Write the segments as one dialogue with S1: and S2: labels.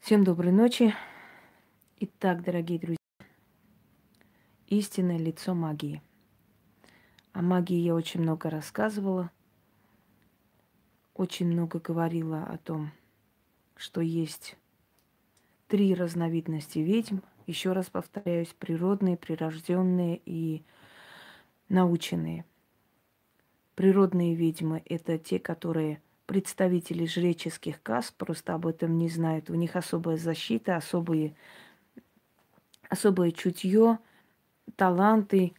S1: Всем доброй ночи. Итак, дорогие друзья, истинное лицо магии. О магии я очень много рассказывала, очень много говорила о том, что есть три разновидности ведьм. Еще раз повторяюсь, природные, прирожденные и наученные. Природные ведьмы – это те, которые представители жреческих каст, просто об этом не знают. У них особая защита, особое чутье, таланты,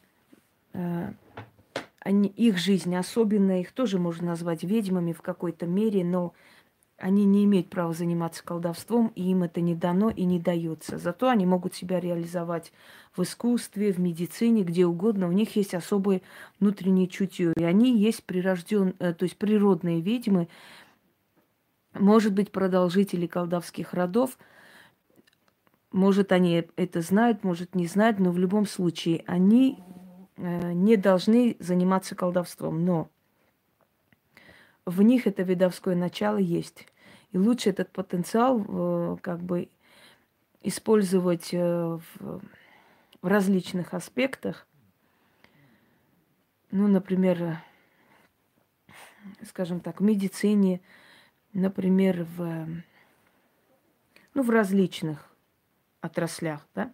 S1: их жизнь особенная, их тоже можно назвать ведьмами в какой-то мере, но они не имеют права заниматься колдовством, и им это не дано и не дается. Зато они могут себя реализовать в искусстве, в медицине, где угодно. У них есть особое внутреннее чутье, и они есть то есть природные ведьмы, может быть, продолжители колдовских родов. Может, они это знают, может, не знают, но в любом случае они не должны заниматься колдовством. Но в них это ведовское начало есть. И лучше этот потенциал как бы использовать в различных аспектах. Ну, например, скажем так, в медицине, например, в различных отраслях, да.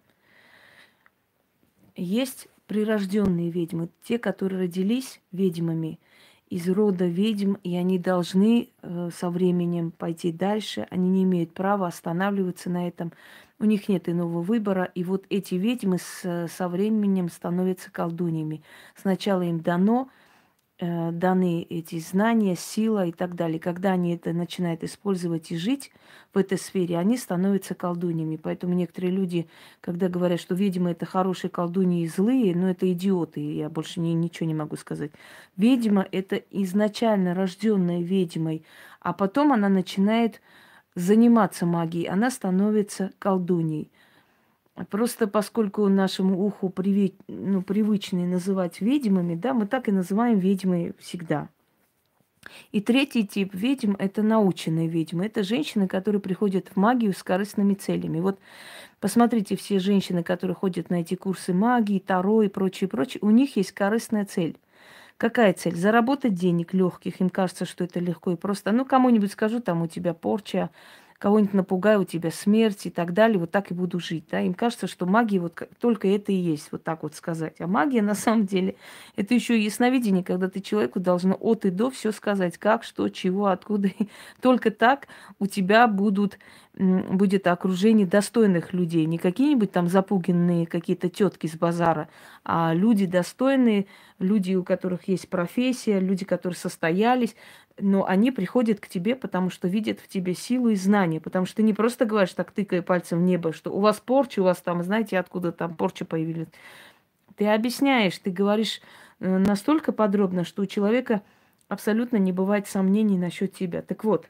S1: Есть прирожденные ведьмы, те, которые родились ведьмами из рода ведьм, и они должны со временем пойти дальше. Они не имеют права останавливаться на этом. У них нет иного выбора. И вот эти ведьмы со временем становятся колдуньями. Сначала им даны эти знания, сила и так далее. Когда они это начинают использовать и жить в этой сфере, они становятся колдуньями. Поэтому некоторые люди, когда говорят, что ведьмы это хорошие колдуньи и злые, ну это идиоты, я больше ничего не могу сказать. Ведьма это изначально рожденная ведьмой, а потом она начинает заниматься магией, она становится колдуньей. Просто поскольку нашему уху привычно называть ведьмами, да, мы так и называем ведьмой всегда. И третий тип ведьм – это наученные ведьмы. Это женщины, которые приходят в магию с корыстными целями. Вот посмотрите, все женщины, которые ходят на эти курсы магии, таро и прочее, прочее, у них есть корыстная цель. Какая цель? Заработать денег легких. Им кажется, что это легко и просто. Ну, кому-нибудь скажу, там у тебя порча, кого-нибудь напугаю, у тебя смерть и так далее. Вот так и буду жить. Да? Им кажется, что магия вот только это и есть, вот так вот сказать. А магия на самом деле это еще и ясновидение, когда ты человеку должна от и до все сказать, как, что, чего, откуда. Только так у тебя будет окружение достойных людей. Не какие-нибудь там запуганные какие-то тетки с базара, а люди достойные, люди, у которых есть профессия, люди, которые состоялись, но они приходят к тебе, потому что видят в тебе силу и знания, потому что ты не просто говоришь, так тыкая пальцем в небо, что у вас порча, у вас там, знаете, откуда там порча появилась. Ты объясняешь, ты говоришь настолько подробно, что у человека абсолютно не бывает сомнений насчет тебя. Так вот,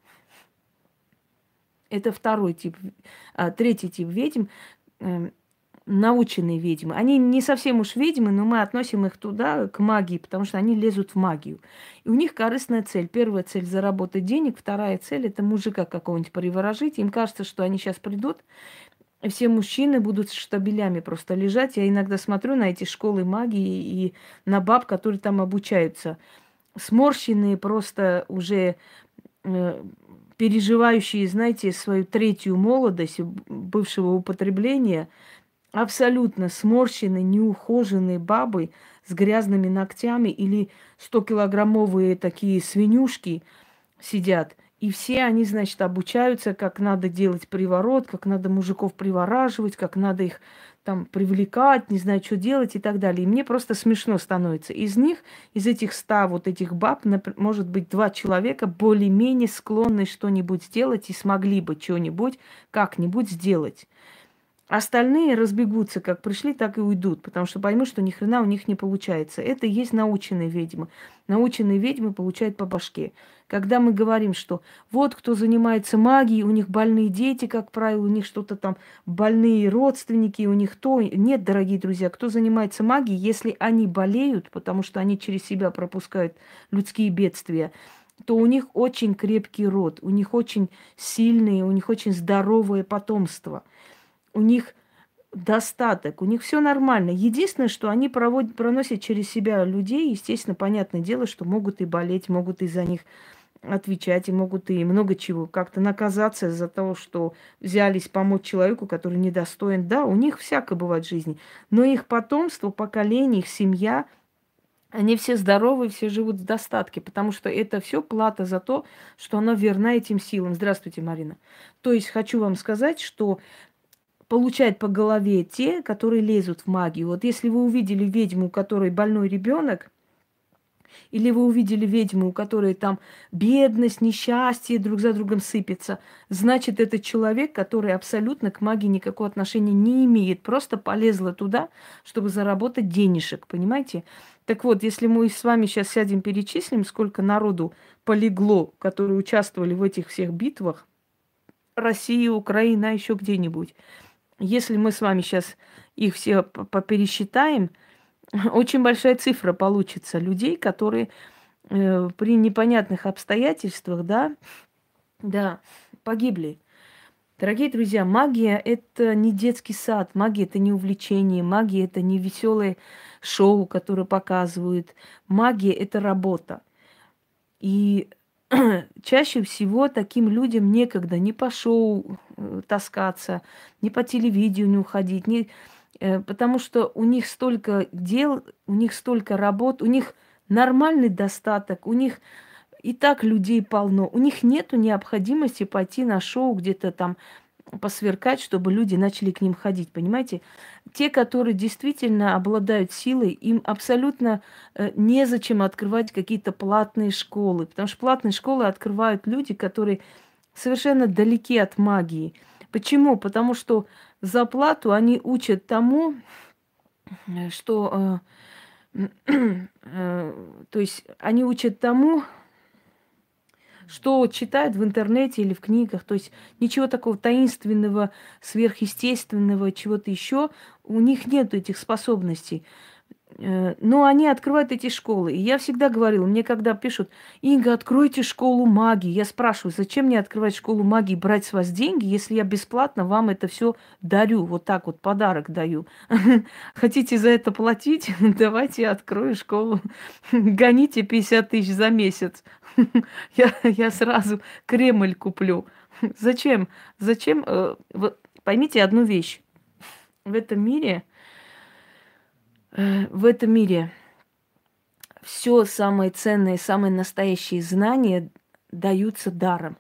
S1: это второй тип. Третий тип ведьм, наученные ведьмы. Они не совсем уж ведьмы, но мы относим их туда, к магии, потому что они лезут в магию. И у них корыстная цель. Первая цель – заработать денег, вторая цель – это мужика какого-нибудь приворожить. Им кажется, что они сейчас придут, и все мужчины будут штабелями просто лежать. Я иногда смотрю на эти школы магии и на баб, которые там обучаются. Сморщенные, просто уже переживающие, знаете, свою третью молодость бывшего употребления, абсолютно сморщенные, неухоженные бабы с грязными ногтями или 100-килограммовые такие свинюшки сидят. И все они, значит, обучаются, как надо делать приворот, как надо мужиков привораживать, как надо их там привлекать, не знаю, что делать и так далее. И мне просто смешно становится. Из них, из этих 100 вот этих баб, может быть, 2 человека более-менее склонны что-нибудь сделать и смогли бы что-нибудь как-нибудь сделать. Остальные разбегутся, как пришли, так и уйдут, потому что поймут, что ни хрена у них не получается. Это и есть наученные ведьмы. Наученные ведьмы получают по башке. Когда мы говорим, что вот кто занимается магией, у них больные дети, как правило, у них что-то там больные родственники, у них то. Нет, дорогие друзья, кто занимается магией, если они болеют, потому что они через себя пропускают людские бедствия, то у них очень крепкий род, у них очень сильные, у них очень здоровое потомство, у них достаток, у них все нормально. Единственное, что они проносят через себя людей, естественно, понятное дело, что могут и болеть, могут из-за них отвечать, и могут и много чего, как-то наказаться за то, что взялись помочь человеку, который недостоин. Да, у них всякое бывает в жизни, но их потомство, поколение, их семья, они все здоровы, все живут в достатке, потому что это все плата за то, что она верна этим силам. Здравствуйте, Марина. То есть хочу вам сказать, что получают по голове те, которые лезут в магию. Вот если вы увидели ведьму, у которой больной ребенок, или вы увидели ведьму, у которой там бедность, несчастье друг за другом сыпется, значит, это человек, который абсолютно к магии никакого отношения не имеет, просто полезла туда, чтобы заработать денежек, понимаете? Так вот, если мы с вами сейчас сядем, перечислим, сколько народу полегло, которые участвовали в этих всех битвах, Россия, Украина, еще где-нибудь, если мы с вами сейчас их все попересчитаем, очень большая цифра получится людей, которые при непонятных обстоятельствах, да, погибли. Дорогие друзья, магия – это не детский сад, магия – это не увлечение, магия – это не веселое шоу, которое показывают. Магия – это работа. И чаще всего таким людям некогда ни по шоу таскаться, ни по телевидению ходить, потому что у них столько дел, у них столько работ, у них нормальный достаток, у них и так людей полно, у них нету необходимости пойти на шоу где-то там посверкать, чтобы люди начали к ним ходить, понимаете? Те, которые действительно обладают силой, им абсолютно незачем открывать какие-то платные школы, потому что платные школы открывают люди, которые совершенно далеки от магии. Почему? Потому что за плату они учат тому, что... то есть они учат тому, что читают в интернете или в книгах. То есть ничего такого таинственного, сверхъестественного, чего-то еще. У них нет этих способностей. Но они открывают эти школы. И я всегда говорила, мне когда пишут: Инга, откройте школу магии. Я спрашиваю, зачем мне открывать школу магии, брать с вас деньги, если я бесплатно вам это все дарю, вот так вот подарок даю. Хотите за это платить? Давайте я открою школу. Гоните 50 тысяч за месяц. Я сразу Кремль куплю. Зачем? Зачем? Поймите одну вещь. В этом мире все самое ценное, самые настоящие знания даются даром.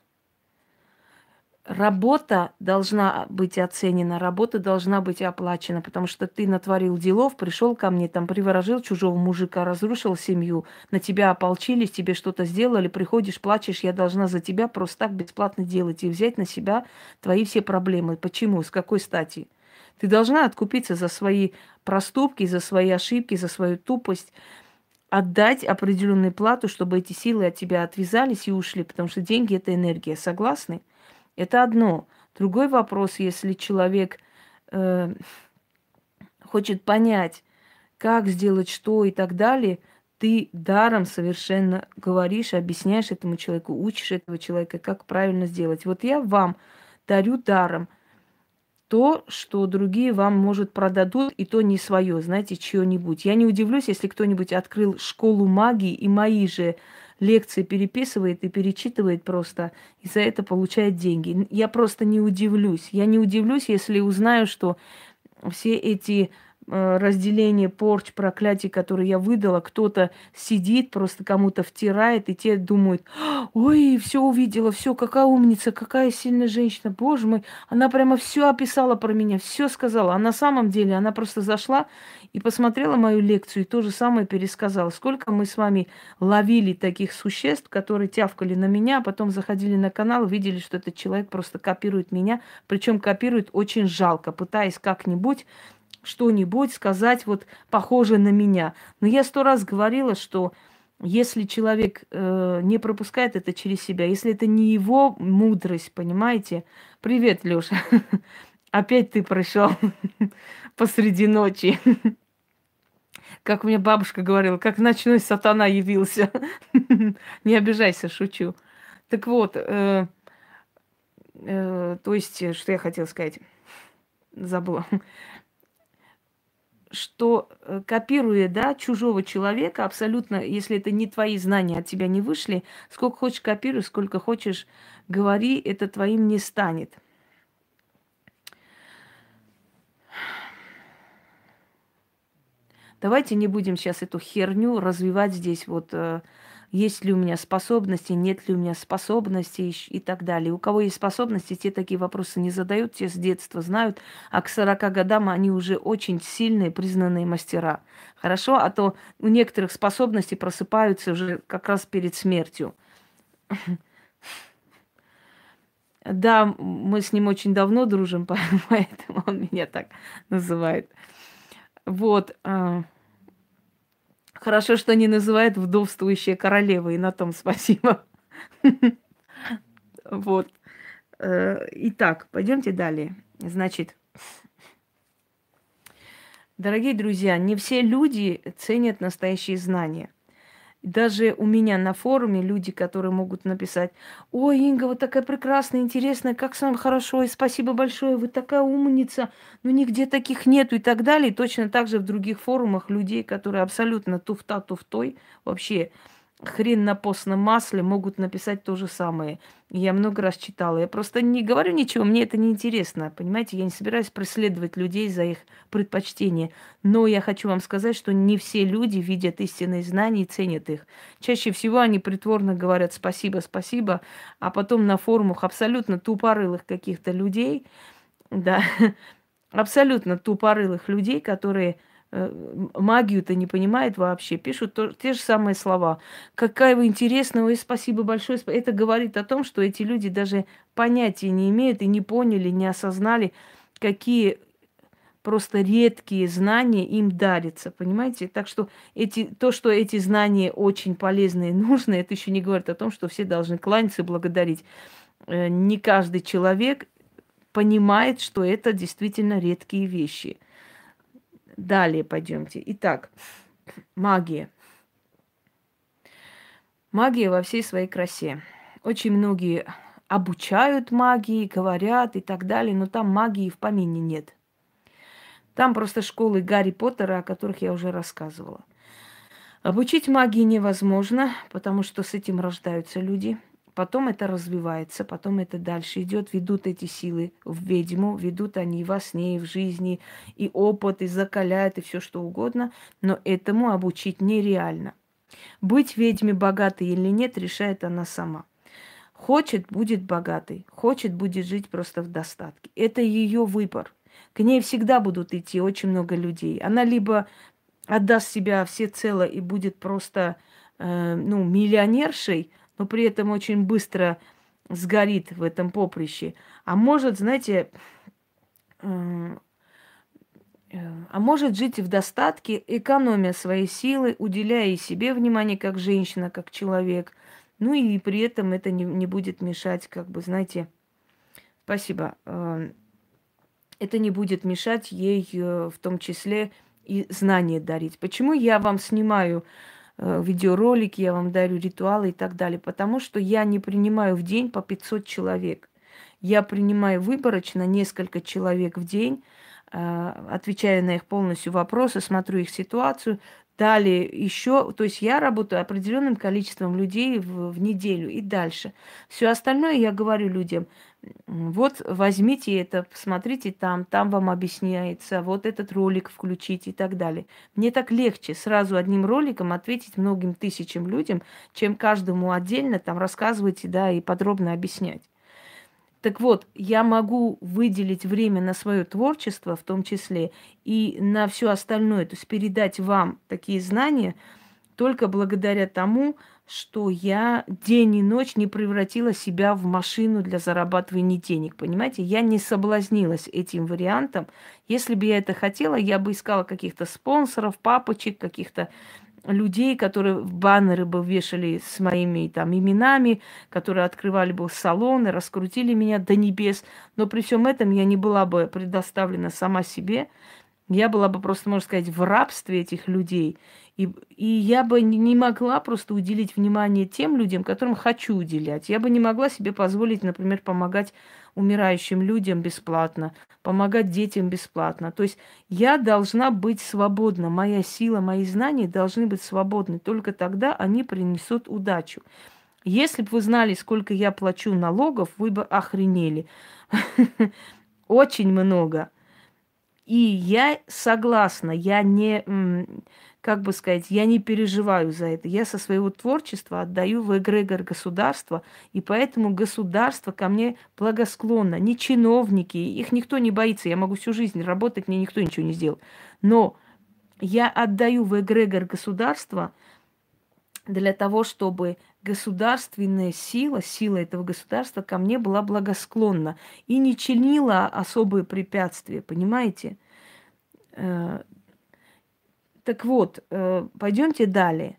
S1: Работа должна быть оценена, работа должна быть оплачена, потому что ты натворил делов, пришел ко мне, там приворожил чужого мужика, разрушил семью, на тебя ополчились, тебе что-то сделали, приходишь, плачешь, я должна за тебя просто так бесплатно делать и взять на себя твои все проблемы. Почему? С какой стати? Ты должна откупиться за свои проступки, за свои ошибки, за свою тупость, отдать определенную плату, чтобы эти силы от тебя отвязались и ушли, потому что деньги – это энергия. Согласны? Это одно. Другой вопрос, если человек хочет понять, как сделать что и так далее, ты даром совершенно говоришь, объясняешь этому человеку, учишь этого человека, как правильно сделать. Вот я вам дарю даром то, что другие вам, может, продадут, и то не свое, знаете, чье-нибудь. Я не удивлюсь, если кто-нибудь открыл школу магии и мои же лекции переписывает и перечитывает просто, и за это получает деньги. Я просто не удивлюсь. Я не удивлюсь, если узнаю, что все эти разделения, порч, проклятий, которые я выдала, кто-то сидит, просто кому-то втирает, и те думают: ой, все увидела, все, какая умница, какая сильная женщина, боже мой, она прямо все описала про меня, все сказала. А на самом деле она просто зашла и посмотрела мою лекцию, и то же самое пересказала. Сколько мы с вами ловили таких существ, которые тявкали на меня, а потом заходили на канал, видели, что этот человек просто копирует меня, причем копирует очень жалко, пытаясь как-нибудь что-нибудь сказать вот похожее на меня. Но я 100 раз говорила, что если человек не пропускает это через себя, если это не его мудрость, понимаете? Привет, Лёша. Опять ты пришел посреди ночи. Как мне бабушка говорила, как ночной сатана явился. Не обижайся, шучу. Так вот, то есть, что я хотела сказать? Забыла. Что, копируя, да, чужого человека, абсолютно, если это не твои знания, от тебя не вышли, сколько хочешь копируй, сколько хочешь говори, это твоим не станет. Давайте не будем сейчас эту херню развивать здесь, вот, есть ли у меня способности, нет ли у меня способностей и так далее. У кого есть способности, те такие вопросы не задают, те с детства знают, а к 40 годам они уже очень сильные, признанные мастера. Хорошо? А то у некоторых способности просыпаются уже как раз перед смертью. Да, мы с ним очень давно дружим, поэтому он меня так называет. Вот. Хорошо, что не называют вдовствующая королева, и на том спасибо. Вот. Итак, пойдемте далее. Значит, дорогие друзья, не все люди ценят настоящие знания. Даже у меня на форуме люди, которые могут написать: ой, Инга, вот такая прекрасная, интересная, как с вами хорошо, и спасибо большое, вы такая умница, ну нигде таких нету и так далее. И точно так же в других форумах людей, которые абсолютно туфта туфтой, вообще хрен на постном масле, могут написать то же самое. И я много раз читала. Я просто не говорю ничего, мне это не интересно, понимаете? Я не собираюсь преследовать людей за их предпочтения. Но я хочу вам сказать, что не все люди видят истинные знания и ценят их. Чаще всего они притворно говорят спасибо, спасибо, а потом на форумах абсолютно тупорылых каких-то людей, да, абсолютно тупорылых людей, которые магию-то не понимают вообще, пишут те же самые слова. Какая вы интересная, ой, спасибо большое. Это говорит о том, что эти люди даже понятия не имеют и не поняли, не осознали, какие просто редкие знания им дарятся, понимаете? Так что то, что эти знания очень полезные и нужные, это еще не говорит о том, что все должны кланяться и благодарить. Не каждый человек понимает, что это действительно редкие вещи. Далее пойдемте. Итак, магия. Магия во всей своей красе. Очень многие обучают магии, говорят и так далее, но там магии в помине нет. Там просто школы Гарри Поттера, о которых я уже рассказывала. Обучить магии невозможно, потому что с этим рождаются люди. Потом это развивается, потом это дальше идет, ведут эти силы в ведьму, ведут они и во сне, и в жизни, и опыт, и закаляют, и все что угодно, но этому обучить нереально. Быть ведьме богатой или нет, решает она сама. Хочет, будет богатой, хочет, будет жить просто в достатке. Это ее выбор. К ней всегда будут идти очень много людей. Она либо отдаст себя всецело и будет просто миллионершей, но при этом очень быстро сгорит в этом поприще. А может, знаете, а может жить в достатке, экономя свои силы, уделяя и себе внимание как женщина, как человек. Ну и при этом это не будет мешать, как бы, знаете, спасибо, это не будет мешать ей в том числе и знания дарить. Почему я вам снимаю видеоролики, я вам дарю ритуалы и так далее? Потому что я не принимаю в день по 500 человек. Я принимаю выборочно несколько человек в день, отвечаю на их полностью вопросы, смотрю их ситуацию. Далее еще, то есть я работаю определенным количеством людей в неделю и дальше. Все остальное я говорю людям: вот возьмите это, посмотрите там вам объясняется, вот этот ролик включите и так далее. Мне так легче сразу одним роликом ответить многим тысячам людям, чем каждому отдельно там рассказывать, да, и подробно объяснять. Так вот, я могу выделить время на свое творчество, в том числе, и на все остальное, то есть передать вам такие знания только благодаря тому, что я день и ночь не превратила себя в машину для зарабатывания денег. Понимаете, я не соблазнилась этим вариантом. Если бы я это хотела, я бы искала каких-то спонсоров, папочек, каких-то людей, которые в баннеры бы вешали с моими там именами, которые открывали бы салоны, раскрутили меня до небес. Но при всем этом я не была бы предоставлена сама себе. Я была бы просто, можно сказать, в рабстве этих людей. И я бы не могла просто уделить внимание тем людям, которым хочу уделять. Я бы не могла себе позволить, например, помогать умирающим людям бесплатно, помогать детям бесплатно. То есть я должна быть свободна. Моя сила, мои знания должны быть свободны. Только тогда они принесут удачу. Если бы вы знали, сколько я плачу налогов, вы бы охренели. Очень много. И я согласна, я не, как бы сказать, я не переживаю за это. Я со своего творчества отдаю в эгрегор государства, и поэтому государство ко мне благосклонно. Не чиновники, их никто не боится. Я могу всю жизнь работать, мне никто ничего не сделает. Но я отдаю в эгрегор государства для того, чтобы государственная сила, сила этого государства ко мне была благосклонна и не чинила особые препятствия, понимаете? Э, Так вот, пойдемте далее.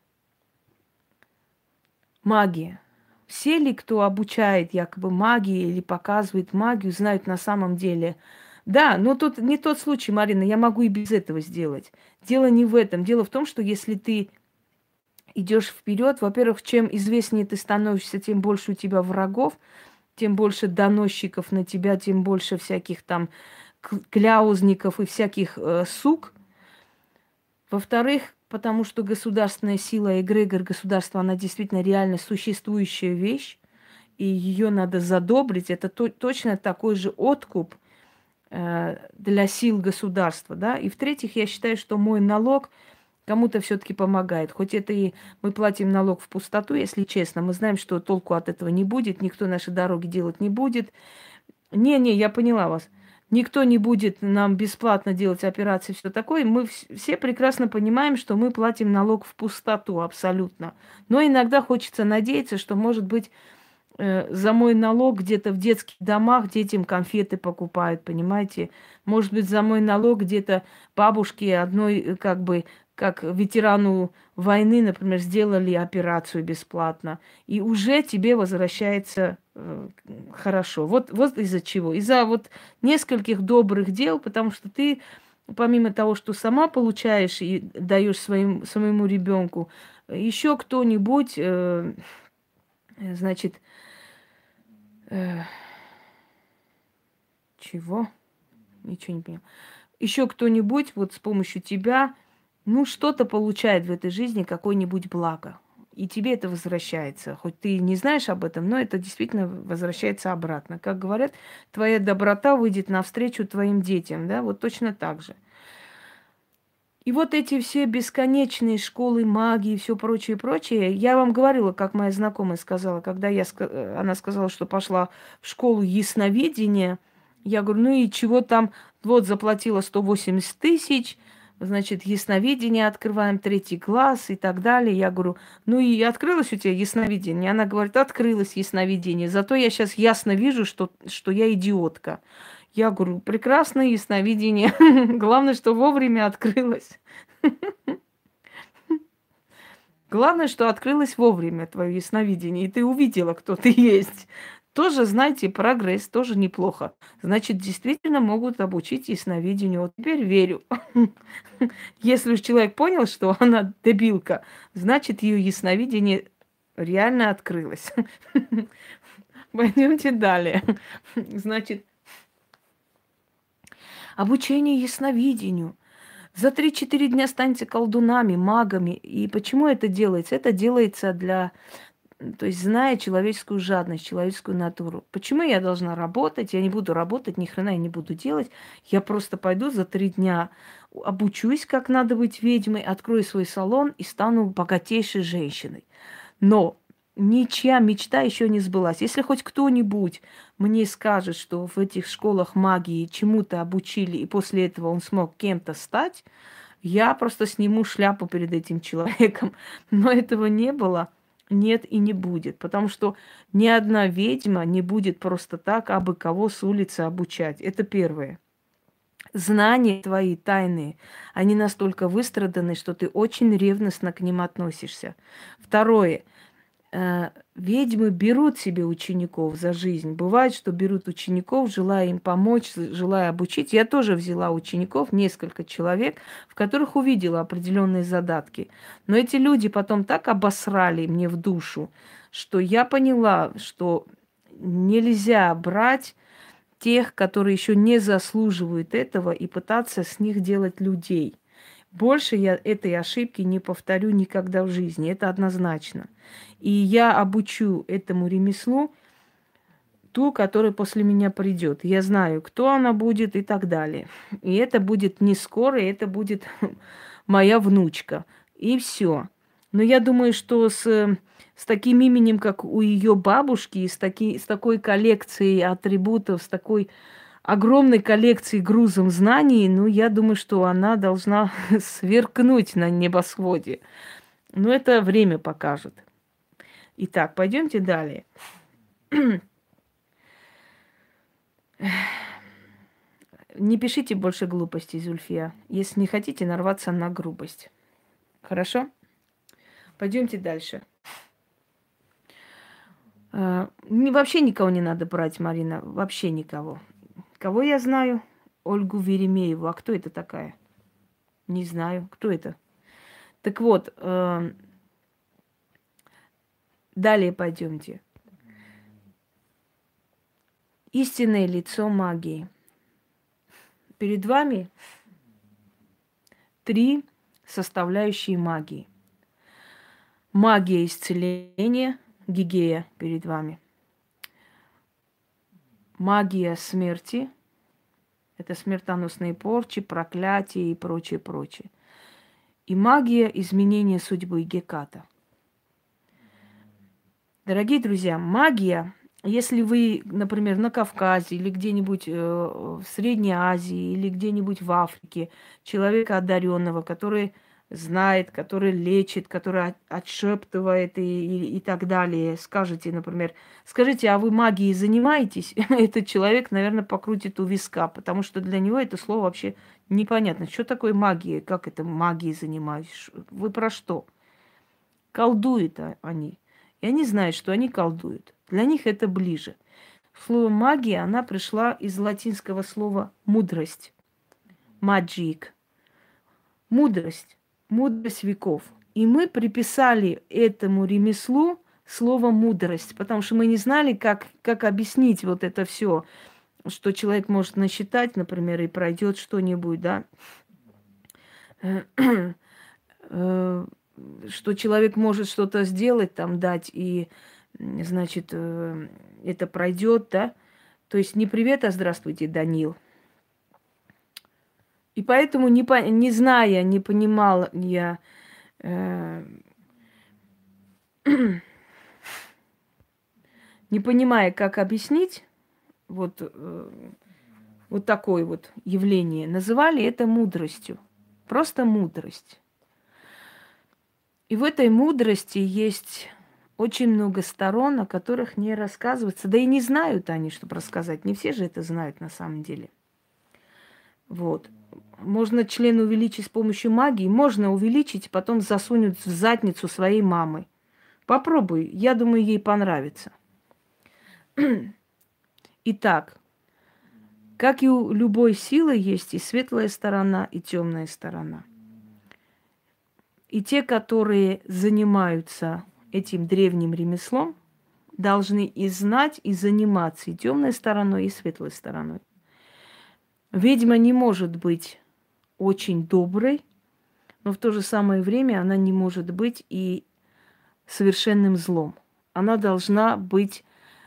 S1: Магия. Все ли, кто обучает якобы магии или показывает магию, знают на самом деле? Да, но тут не тот случай, Марина, я могу и без этого сделать. Дело не в этом. Дело в том, что если ты идешь вперед, во-первых, чем известнее ты становишься, тем больше у тебя врагов, тем больше доносчиков на тебя, тем больше всяких там кляузников и всяких сук. Во-вторых, потому что государственная сила, эгрегор государства, она действительно реально существующая вещь, и ее надо задобрить. Это точно такой же откуп для сил государства, да. И в-третьих, я считаю, что мой налог кому-то все-таки помогает. Хоть это и мы платим налог в пустоту, если честно, мы знаем, что толку от этого не будет, никто наши дороги делать не будет. Не, я поняла вас. Никто не будет нам бесплатно делать операции, все такое. Мы все прекрасно понимаем, что мы платим налог в пустоту абсолютно. Но иногда хочется надеяться, что, может быть, за мой налог где-то в детских домах детям конфеты покупают, понимаете? Может быть, за мой налог где-то бабушки одной, как бы, как ветерану войны, например, сделали операцию бесплатно. И уже тебе возвращается хорошо. Вот из-за чего. Из-за вот нескольких добрых дел, потому что ты, помимо того, что сама получаешь и даешь своему ребенку, еще кто-нибудь, значит, Э, чего? Ничего не поняла. Еще кто-нибудь вот с помощью тебя, ну, что-то получает в этой жизни, какое-нибудь благо. И тебе это возвращается. Хоть ты не знаешь об этом, но это действительно возвращается обратно. Как говорят, твоя доброта выйдет навстречу твоим детям, да, вот точно так же. И вот эти все бесконечные школы магии и все прочее, прочее. Я вам говорила, как моя знакомая сказала, когда она сказала, что пошла в школу ясновидения. Я говорю, ну и чего там? Вот заплатила 180 тысяч, значит, ясновидение открываем, 3 класс и так далее. Я говорю, ну и открылось у тебя ясновидение? Она говорит, открылось ясновидение. Зато я сейчас ясно вижу, что я идиотка. Я говорю, прекрасное ясновидение. Главное, что вовремя открылось. Главное, что открылось вовремя твое ясновидение, и ты увидела, кто ты есть. Тоже, знаете, прогресс, тоже неплохо. Значит, действительно могут обучить ясновидению. Вот теперь верю. Если уж человек понял, что она дебилка, значит, ее ясновидение реально открылось. Пойдемте далее. Значит, обучение ясновидению. За 3-4 дня станете колдунами, магами. И почему это делается? Это делается для... То есть, зная человеческую жадность, человеческую натуру. Почему я должна работать? Я не буду работать, ни хрена я не буду делать. Я просто пойду за 3 дня, обучусь, как надо быть ведьмой, открою свой салон и стану богатейшей женщиной. Но ничья мечта еще не сбылась. Если хоть кто-нибудь мне скажет, что в этих школах магии чему-то обучили, и после этого он смог кем-то стать, я просто сниму шляпу перед этим человеком. Но этого не было, нет и не будет. Потому что ни одна ведьма не будет просто так абы кого с улицы обучать. Это первое. Знания твои тайные, они настолько выстраданы, что ты очень ревностно к ним относишься. Второе. ведьмы берут себе учеников за жизнь. Бывает, что берут учеников, желая им помочь, желая обучить. Я тоже взяла учеников, несколько человек, в которых увидела определенные задатки. Но эти люди потом так обосрали мне в душу, что я поняла, что нельзя брать тех, которые еще не заслуживают этого, и пытаться с них делать людей. Больше я этой ошибки не повторю никогда в жизни, это однозначно. И я обучу этому ремеслу ту, которая после меня придет. Я знаю, кто она будет и так далее. И это будет не скоро, это будет моя внучка. И все. Но я думаю, что с таким именем, как у ее бабушки, и с такой коллекцией атрибутов, с такой огромной коллекцией грузом знаний, ну, я думаю, что она должна сверкнуть на небосводе. Но это время покажет. Итак, пойдемте далее. Не пишите больше глупостей, Зульфия, если не хотите нарваться на грубость. Хорошо? Пойдемте дальше. Вообще никого не надо брать, Марина. Вообще никого. Кого я знаю? Ольгу Веремееву. А кто это такая? Не знаю. Кто это? Так вот, далее пойдемте. Истинное лицо магии. Перед вами 3 составляющие магии. Магия исцеления, Гигея перед вами. Магия смерти, это смертоносные порчи, проклятия и прочее, прочее. И магия изменения судьбы, Геката. Дорогие друзья, магия, если вы, например, на Кавказе или где-нибудь в Средней Азии или где-нибудь в Африке, человека одаренного, который знает, который лечит, который отшептывает и так далее, скажите, например, скажите, а вы магией занимаетесь? Этот человек, наверное, покрутит у виска, потому что для него это слово вообще непонятно. Что такое магия? Как это магией занимаюсь? Вы про что? Колдуют они. И они знают, что они колдуют. Для них это ближе. Слово магия, она пришла из латинского слова мудрость. Magic. Мудрость. Мудрость веков. И мы приписали этому ремеслу слово мудрость, потому что мы не знали, как объяснить вот это все, что человек может насчитать, например, и пройдет что-нибудь, да. Что человек может что-то сделать, там дать, и, значит, это пройдет, да. То есть не привет, а здравствуйте, Данил. И поэтому, не зная, не понимала я, не понимая, как объяснить вот такое вот явление, называли это мудростью. Просто мудрость. И в этой мудрости есть очень много сторон, о которых не рассказывается. Да и не знают они, чтобы рассказать. Не все же это знают на самом деле. Вот. Можно член увеличить с помощью магии. Можно увеличить, потом засунуть в задницу своей мамы. Попробуй. Я думаю, ей понравится. Итак, как и у любой силы, есть и светлая сторона, и темная сторона. И те, которые занимаются этим древним ремеслом, должны и знать, и заниматься и темной стороной, и светлой стороной. Ведьма не может быть очень доброй, но в то же самое время она не может быть и совершенным злом. Она должна быть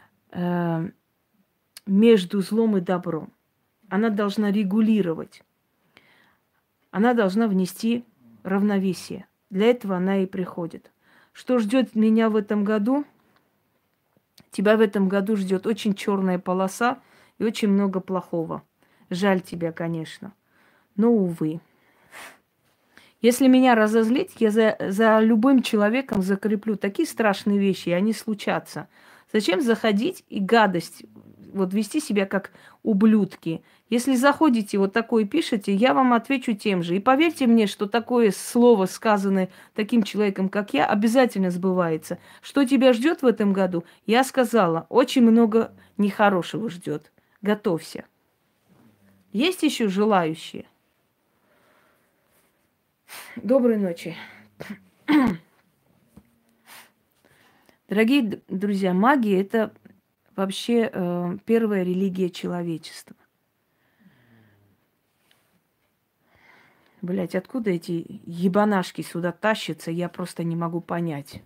S1: между злом и добром. Она должна регулировать. Она должна внести равновесие. Для этого она и приходит. Что ждет меня в этом году? Тебя в этом году ждет очень черная полоса и очень много плохого. Жаль тебя, конечно. Но, увы. Если меня разозлить, я за любым человеком закреплю такие страшные вещи, и они случатся. Зачем заходить и гадость вот вести себя как ублюдки. Если заходите вот такое пишете, я вам отвечу тем же. И поверьте мне, что такое слово, сказанное таким человеком, как я, обязательно сбывается. Что тебя ждет в этом году? Я сказала, очень много нехорошего ждет. Готовься. Есть еще желающие? Доброй ночи. Дорогие друзья, магия – это вообще первая религия человечества. Блять, откуда эти ебанашки сюда тащатся, я просто не могу понять.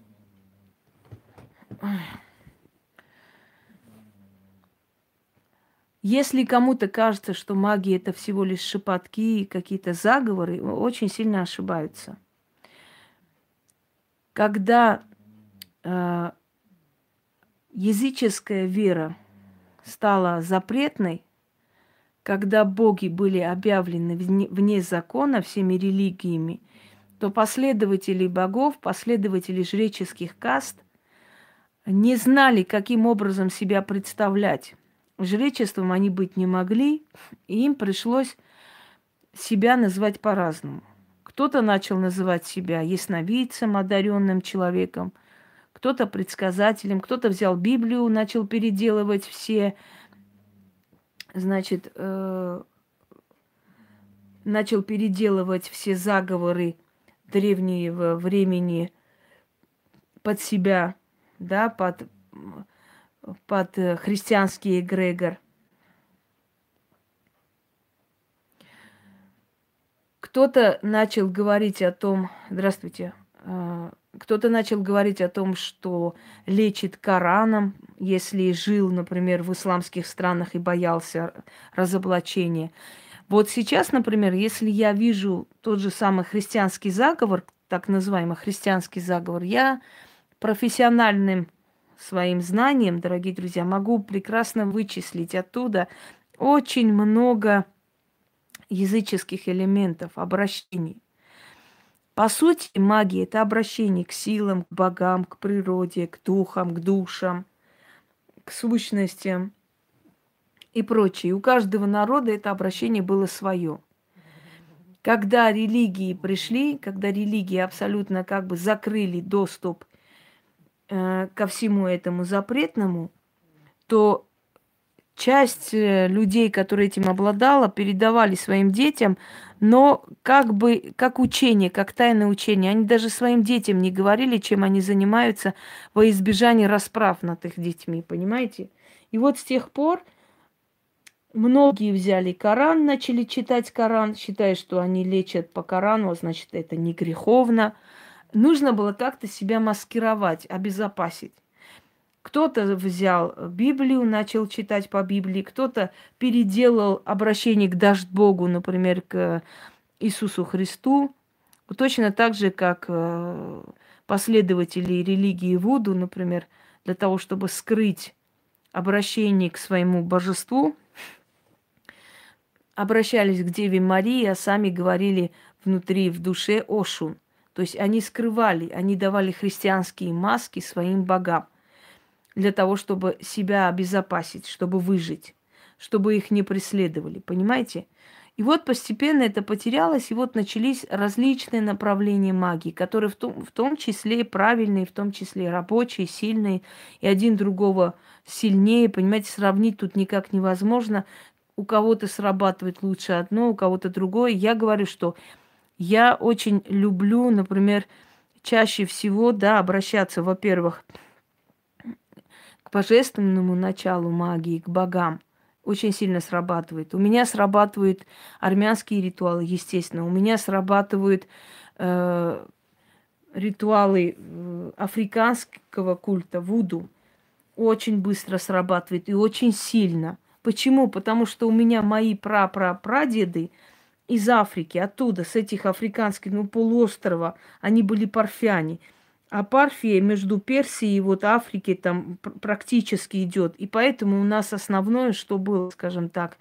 S1: Если кому-то кажется, что магия – это всего лишь шепотки, какие-то заговоры, очень сильно ошибаются. Когда языческая вера стала запретной, когда боги были объявлены вне закона всеми религиями, то последователи богов, последователи жреческих каст не знали, каким образом себя представлять. Жречеством они быть не могли, и им пришлось себя назвать по-разному. Кто-то начал называть себя ясновидцем, одаренным человеком, кто-то предсказателем, кто-то взял Библию, начал переделывать все, значит, начал переделывать все заговоры древнего времени под себя, да, под христианский эгрегор. Кто-то начал говорить о том, здравствуйте, кто-то начал говорить о том, что лечит Кораном, если жил, например, в исламских странах и боялся разоблачения. Вот сейчас, например, если я вижу тот же самый христианский заговор, так называемый христианский заговор, я профессиональным своим знанием, дорогие друзья, могу прекрасно вычислить оттуда очень много языческих элементов, обращений. По сути, магия – это обращение к силам, к богам, к природе, к духам, к душам, к сущностям и прочее. У каждого народа это обращение было свое. Когда религии пришли, когда религии абсолютно как бы закрыли доступ ко всему этому запретному, то часть людей, которые этим обладала, передавали своим детям, но как бы как учение, как тайное учение. Они даже своим детям не говорили, чем они занимаются во избежание расправ над их детьми, понимаете? И вот с тех пор многие взяли Коран, начали читать Коран, считая, что они лечат по Корану, а значит, это не греховно. Нужно было как-то себя маскировать, обезопасить. Кто-то взял Библию, начал читать по Библии, кто-то переделал обращение к Дажд-Богу, например, к Иисусу Христу. Точно так же, как последователи религии Вуду, например, для того, чтобы скрыть обращение к своему божеству, обращались к Деве Марии, а сами говорили внутри, в душе Ошун. То есть они скрывали, они давали христианские маски своим богам для того, чтобы себя обезопасить, чтобы выжить, чтобы их не преследовали, понимаете? И вот постепенно это потерялось, и вот начались различные направления магии, которые в том числе правильные, в том числе рабочие, сильные, и один другого сильнее, понимаете, сравнить тут никак невозможно. У кого-то срабатывает лучше одно, у кого-то другое. Я говорю, что я очень люблю, например, чаще всего, да, обращаться, во-первых, к божественному началу магии, к богам. Очень сильно срабатывает. У меня срабатывают армянские ритуалы, естественно. У меня срабатывают ритуалы африканского культа, вуду. Очень быстро срабатывает и очень сильно. Почему? Потому что у меня мои прадеды из Африки, оттуда, с этих африканских, полуострова, они были парфяне. А Парфия между Персией и вот Африкой там практически идет. И поэтому у нас основное, что было, скажем так,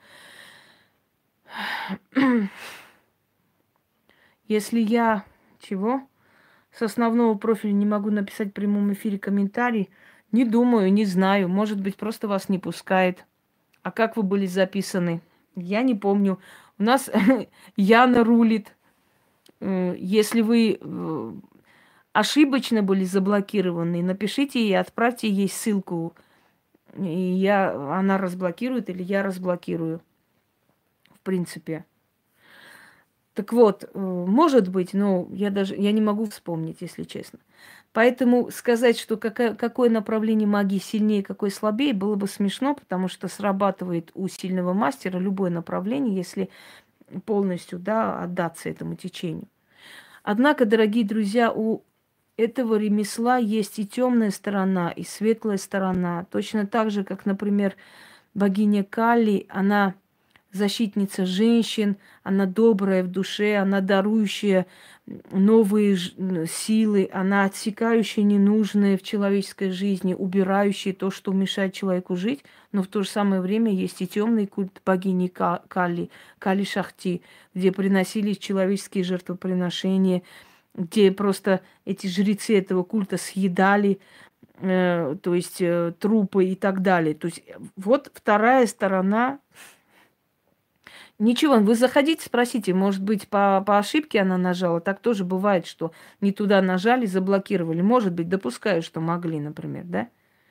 S1: если я с основного профиля не могу написать в прямом эфире комментарий, не думаю, не знаю. Может быть, просто вас не пускает. А как вы были записаны? Я не помню. У нас Яна рулит. Если вы ошибочно были заблокированы, напишите ей, отправьте ей ссылку. И она разблокирует или я разблокирую. В принципе. Так вот, может быть, но я не могу вспомнить, если честно. Поэтому сказать, что какое направление магии сильнее, какое слабее, было бы смешно, потому что срабатывает у сильного мастера любое направление, если полностью, да, отдаться этому течению. Однако, дорогие друзья, у этого ремесла есть и темная сторона, и светлая сторона. Точно так же, как, например, богиня Кали, она защитница женщин, она добрая в душе, она дарующая новые силы, она отсекающая ненужное в человеческой жизни, убирающая то, что мешает человеку жить, но в то же самое время есть и темный культ богини Кали, Кали Шахти, где приносились человеческие жертвоприношения, где просто эти жрецы этого культа съедали, то есть трупы и так далее. То есть вот вторая сторона. Ничего, вы заходите, спросите, может быть, по ошибке она нажала. Так тоже бывает, что не туда нажали, заблокировали. Может быть, допускаю, что могли, например, да?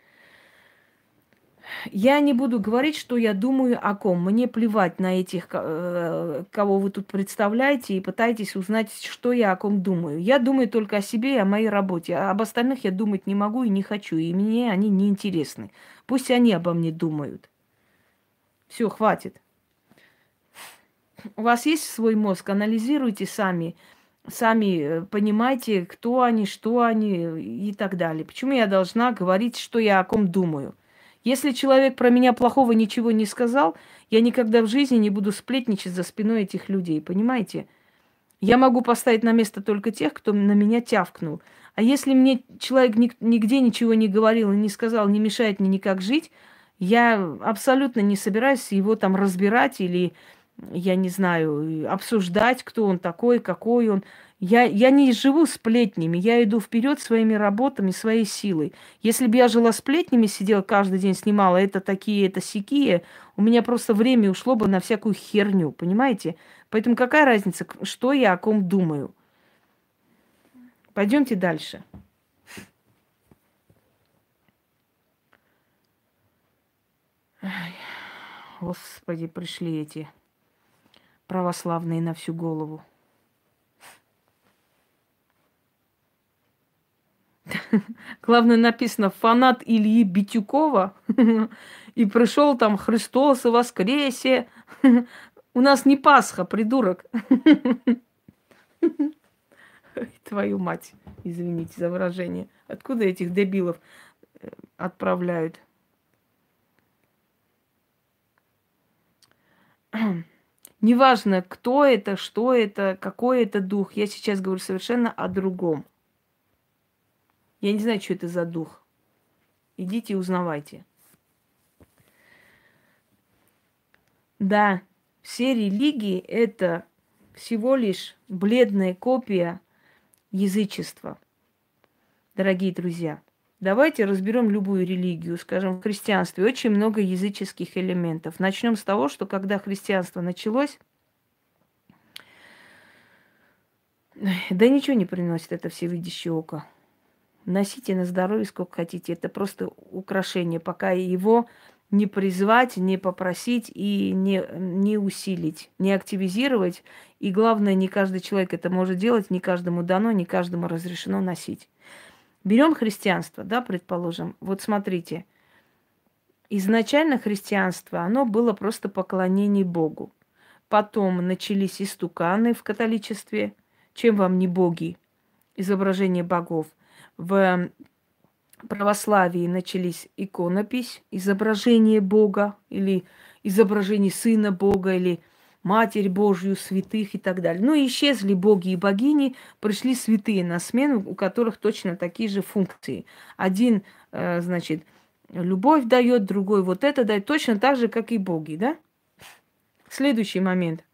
S1: Я не буду говорить, что я думаю о ком. Мне плевать на этих, кого вы тут представляете, и пытаетесь узнать, что я о ком думаю. Я думаю только о себе и о моей работе. А об остальных я думать не могу и не хочу. И мне они не интересны. Пусть они обо мне думают. Все, хватит. У вас есть свой мозг, анализируйте сами. Сами понимайте, кто они, что они и так далее. Почему я должна говорить, что я о ком думаю? Если человек про меня плохого ничего не сказал, я никогда в жизни не буду сплетничать за спиной этих людей, понимаете? Я могу поставить на место только тех, кто на меня тявкнул. А если мне человек нигде ничего не говорил и не сказал, не мешает мне никак жить, я абсолютно не собираюсь его там разбирать или, я не знаю, обсуждать, кто он такой, какой он. Я не живу сплетнями, я иду вперед своими работами, своей силой. Если бы я жила сплетнями, сидела каждый день, снимала это такие, это сякие, у меня просто время ушло бы на всякую херню, понимаете? Поэтому какая разница, что я о ком думаю? Пойдемте дальше. Ай, Господи, пришли эти православные на всю голову. Главное, написано фанат Ильи Битюкова. И пришел там Христос и воскресе. У нас не Пасха, придурок. Твою мать, извините за выражение. Откуда этих дебилов отправляют? Неважно, кто это, что это, какой это дух. Я сейчас говорю совершенно о другом. Я не знаю, что это за дух. Идите и узнавайте. Да, все религии – это всего лишь бледная копия язычества. Дорогие друзья, давайте разберем любую религию. Скажем, в христианстве очень много языческих элементов. Начнем с того, что когда христианство началось, да ничего не приносит это всевидящее око. Носите на здоровье сколько хотите. Это просто украшение, пока его не призвать, не попросить и не усилить, не активизировать. И главное, не каждый человек это может делать, не каждому дано, не каждому разрешено носить. Берем христианство, да, предположим. Вот смотрите, изначально христианство, оно было просто поклонение Богу. Потом начались истуканы в католичестве. Чем вам не боги? Изображение богов. В православии начались иконопись, изображение Бога или изображение Сына Бога или Матерь Божью, святых и так далее. Ну, исчезли боги и богини, пришли святые на смену, у которых точно такие же функции. Один, значит, любовь дает, другой вот это дает, точно так же, как и боги, да? Следующий момент.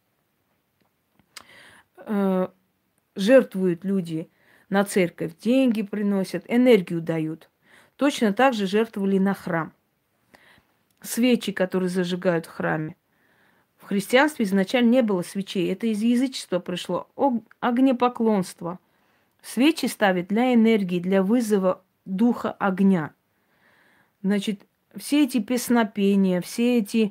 S1: Жертвуют люди на церковь, деньги приносят, энергию дают. Точно так же жертвовали на храм. свечи, которые зажигают в храме. В христианстве изначально не было свечей. Это из язычества пришло. Огнепоклонство. Свечи ставят для энергии, для вызова духа огня. Значит, все эти песнопения, все эти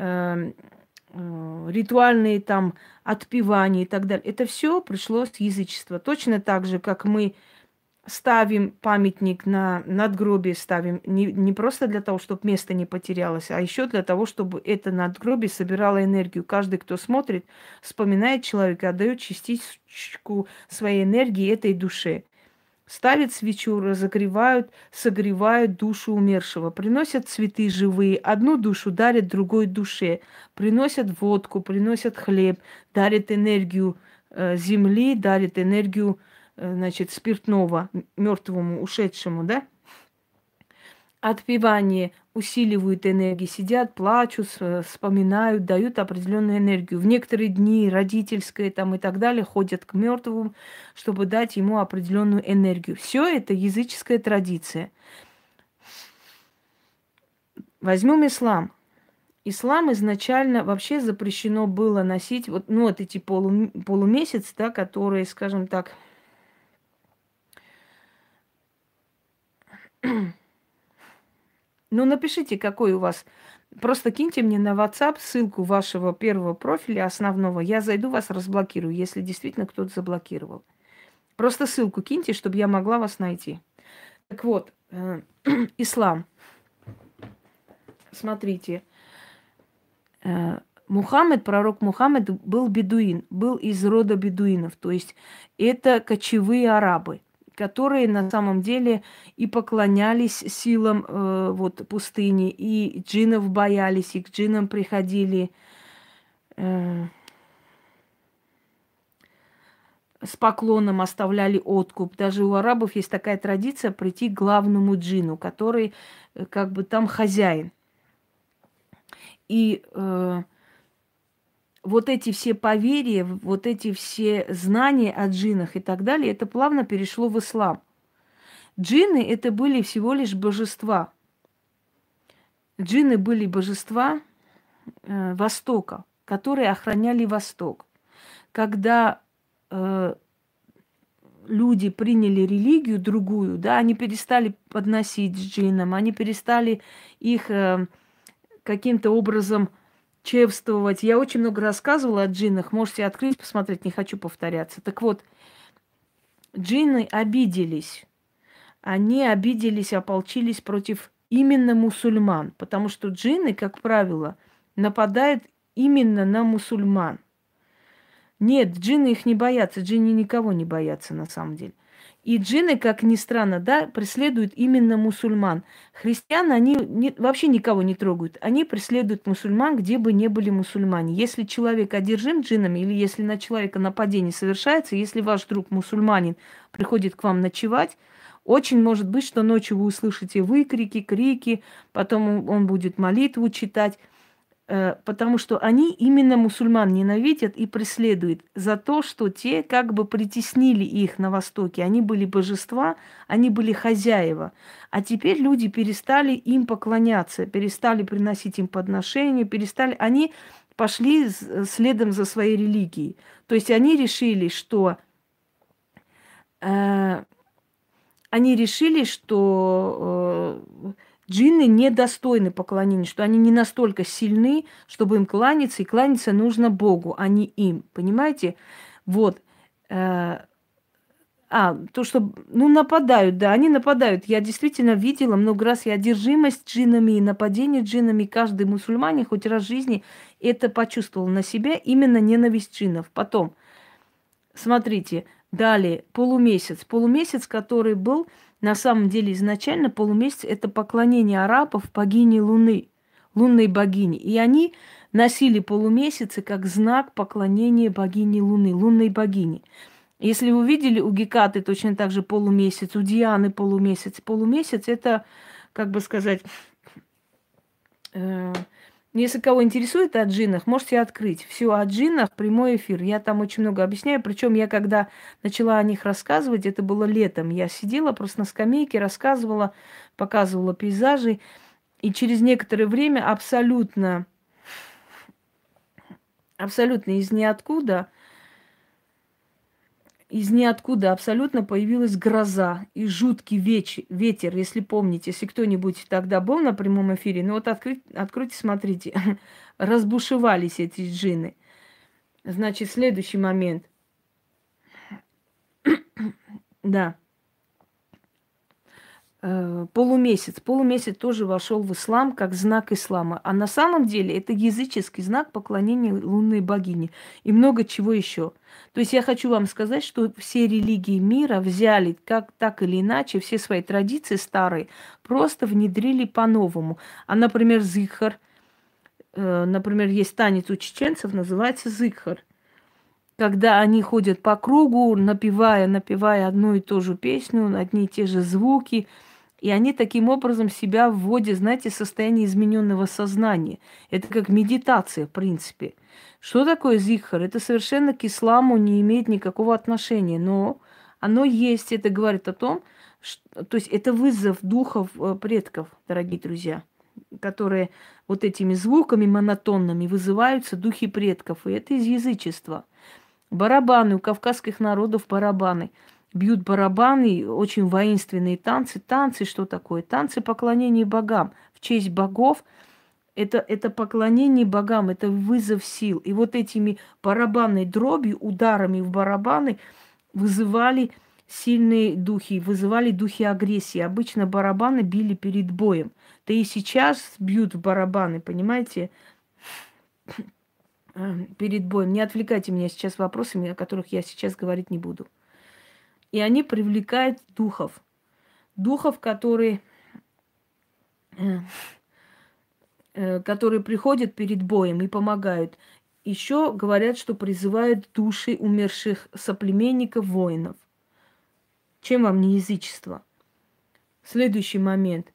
S1: ритуальные там отпевания и так далее, это все пришло с язычества. Точно так же, как мы ставим памятник на надгробие, ставим не просто для того, чтобы место не потерялось, а еще для того, чтобы это надгробие собирало энергию. Каждый, кто смотрит, вспоминает человека, отдает частичку своей энергии этой душе. Ставят свечу, разогревают, согревают душу умершего, приносят цветы живые, одну душу дарят другой душе, приносят водку, приносят хлеб, дарят энергию земли, дарят энергию значит, спиртного мертвому, ушедшему, да? Отпевание усиливают энергию, сидят, плачут, вспоминают, дают определенную энергию. В некоторые дни родительское там и так далее ходят к мертвому, чтобы дать ему определенную энергию. Все это языческая традиция. Возьмем ислам. Ислам изначально вообще запрещено было носить вот эти полумесяцы, да, которые, скажем так, ну, напишите, какой у вас. Просто киньте мне на WhatsApp ссылку вашего первого профиля основного. Я зайду, вас разблокирую, если действительно кто-то заблокировал. Просто ссылку киньте, чтобы я могла вас найти. Так вот, ислам. Смотрите. Пророк Мухаммед был бедуин, был из рода бедуинов. То есть это кочевые арабы, которые на самом деле и поклонялись силам пустыни, и джиннов боялись, и к джиннам приходили с поклоном, оставляли откуп. Даже у арабов есть такая традиция прийти к главному джинну, который как бы там хозяин. И вот эти все поверья, вот эти все знания о джиннах и так далее, это плавно перешло в ислам. Джинны это были всего лишь божества. Джинны были божества Востока, которые охраняли Восток. Когда люди приняли религию другую, да, они перестали подносить джиннам, они перестали их каким-то образом чевствовать. Я очень много рассказывала о джиннах. Можете открыть, посмотреть, не хочу повторяться. Так вот, джинны обиделись. Они обиделись, ополчились против именно мусульман. Потому что джинны, как правило, нападают именно на мусульман. Нет, джинны их не боятся. Джинны никого не боятся на самом деле. И джинны, как ни странно, да, преследуют именно мусульман. Христиан, они вообще никого не трогают. Они преследуют мусульман, где бы ни были мусульмане. Если человек одержим джиннами, или если на человека нападение совершается, если ваш друг мусульманин приходит к вам ночевать, очень может быть, что ночью вы услышите выкрики, крики, потом он будет молитву читать. Потому что они именно мусульман ненавидят и преследуют за то, что те как бы притеснили их на Востоке. Они были божества, они были хозяева. А теперь люди перестали им поклоняться, перестали приносить им подношения, они пошли следом за своей религией. То есть они решили, что джинны недостойны поклонения, что они не настолько сильны, чтобы им кланяться, и кланяться нужно Богу, а не им. Понимаете? Вот. Нападают, да, они нападают. Я действительно видела много раз и одержимость джиннами, и нападение джиннами. Каждый мусульманин хоть раз в жизни это почувствовал на себе, именно ненависть джиннов. Потом, смотрите, далее, полумесяц. Полумесяц, который был... На самом деле, изначально полумесяц – это поклонение арабов богине Луны, лунной богине. И они носили полумесяцы как знак поклонения богине Луны, лунной богине. Если вы видели, у Гекаты точно так же полумесяц, у Дианы полумесяц. Полумесяц – это, как бы сказать… Если кого интересует о джиннах, можете открыть. Все о джиннах, прямой эфир. Я там очень много объясняю. Причем я, когда начала о них рассказывать, это было летом. Я сидела просто на скамейке, рассказывала, показывала пейзажи. И через некоторое время абсолютно из ниоткуда абсолютно появилась гроза и жуткий ветер, если помните. Если кто-нибудь тогда был на прямом эфире, ну вот откройте, смотрите, разбушевались эти джинны. Значит, следующий момент. Да. Полумесяц. Полумесяц тоже вошел в ислам как знак ислама. А на самом деле это языческий знак поклонения лунной богине и много чего еще. То есть я хочу вам сказать, что все религии мира взяли как так или иначе все свои традиции старые, просто внедрили по-новому. А, например, зикхар, например, есть танец у чеченцев, называется зикхар. Когда они ходят по кругу, напевая одну и ту же песню, одни и те же звуки, и они таким образом себя вводят, знаете, в состояние измененного сознания. Это как медитация, в принципе. Что такое зикхар? Это совершенно к исламу не имеет никакого отношения, но оно есть. Это говорит о том, что, то есть это вызов духов предков, дорогие друзья, которые вот этими звуками монотонными вызываются духи предков. И это из язычества. Барабаны, у кавказских народов барабаны. Бьют барабаны, очень воинственные танцы. Танцы что такое? Танцы поклонения богам. В честь богов это поклонение богам, это вызов сил. И вот этими барабанной дробью, ударами в барабаны вызывали сильные духи, вызывали духи агрессии. Обычно барабаны били перед боем. Да и сейчас бьют в барабаны, понимаете? Перед боем. Не отвлекайте меня сейчас вопросами, о которых я сейчас говорить не буду. И они привлекают духов. Духов, которые приходят перед боем и помогают. Еще говорят, что призывают души умерших соплеменников, воинов. Чем вам не язычество? Следующий момент.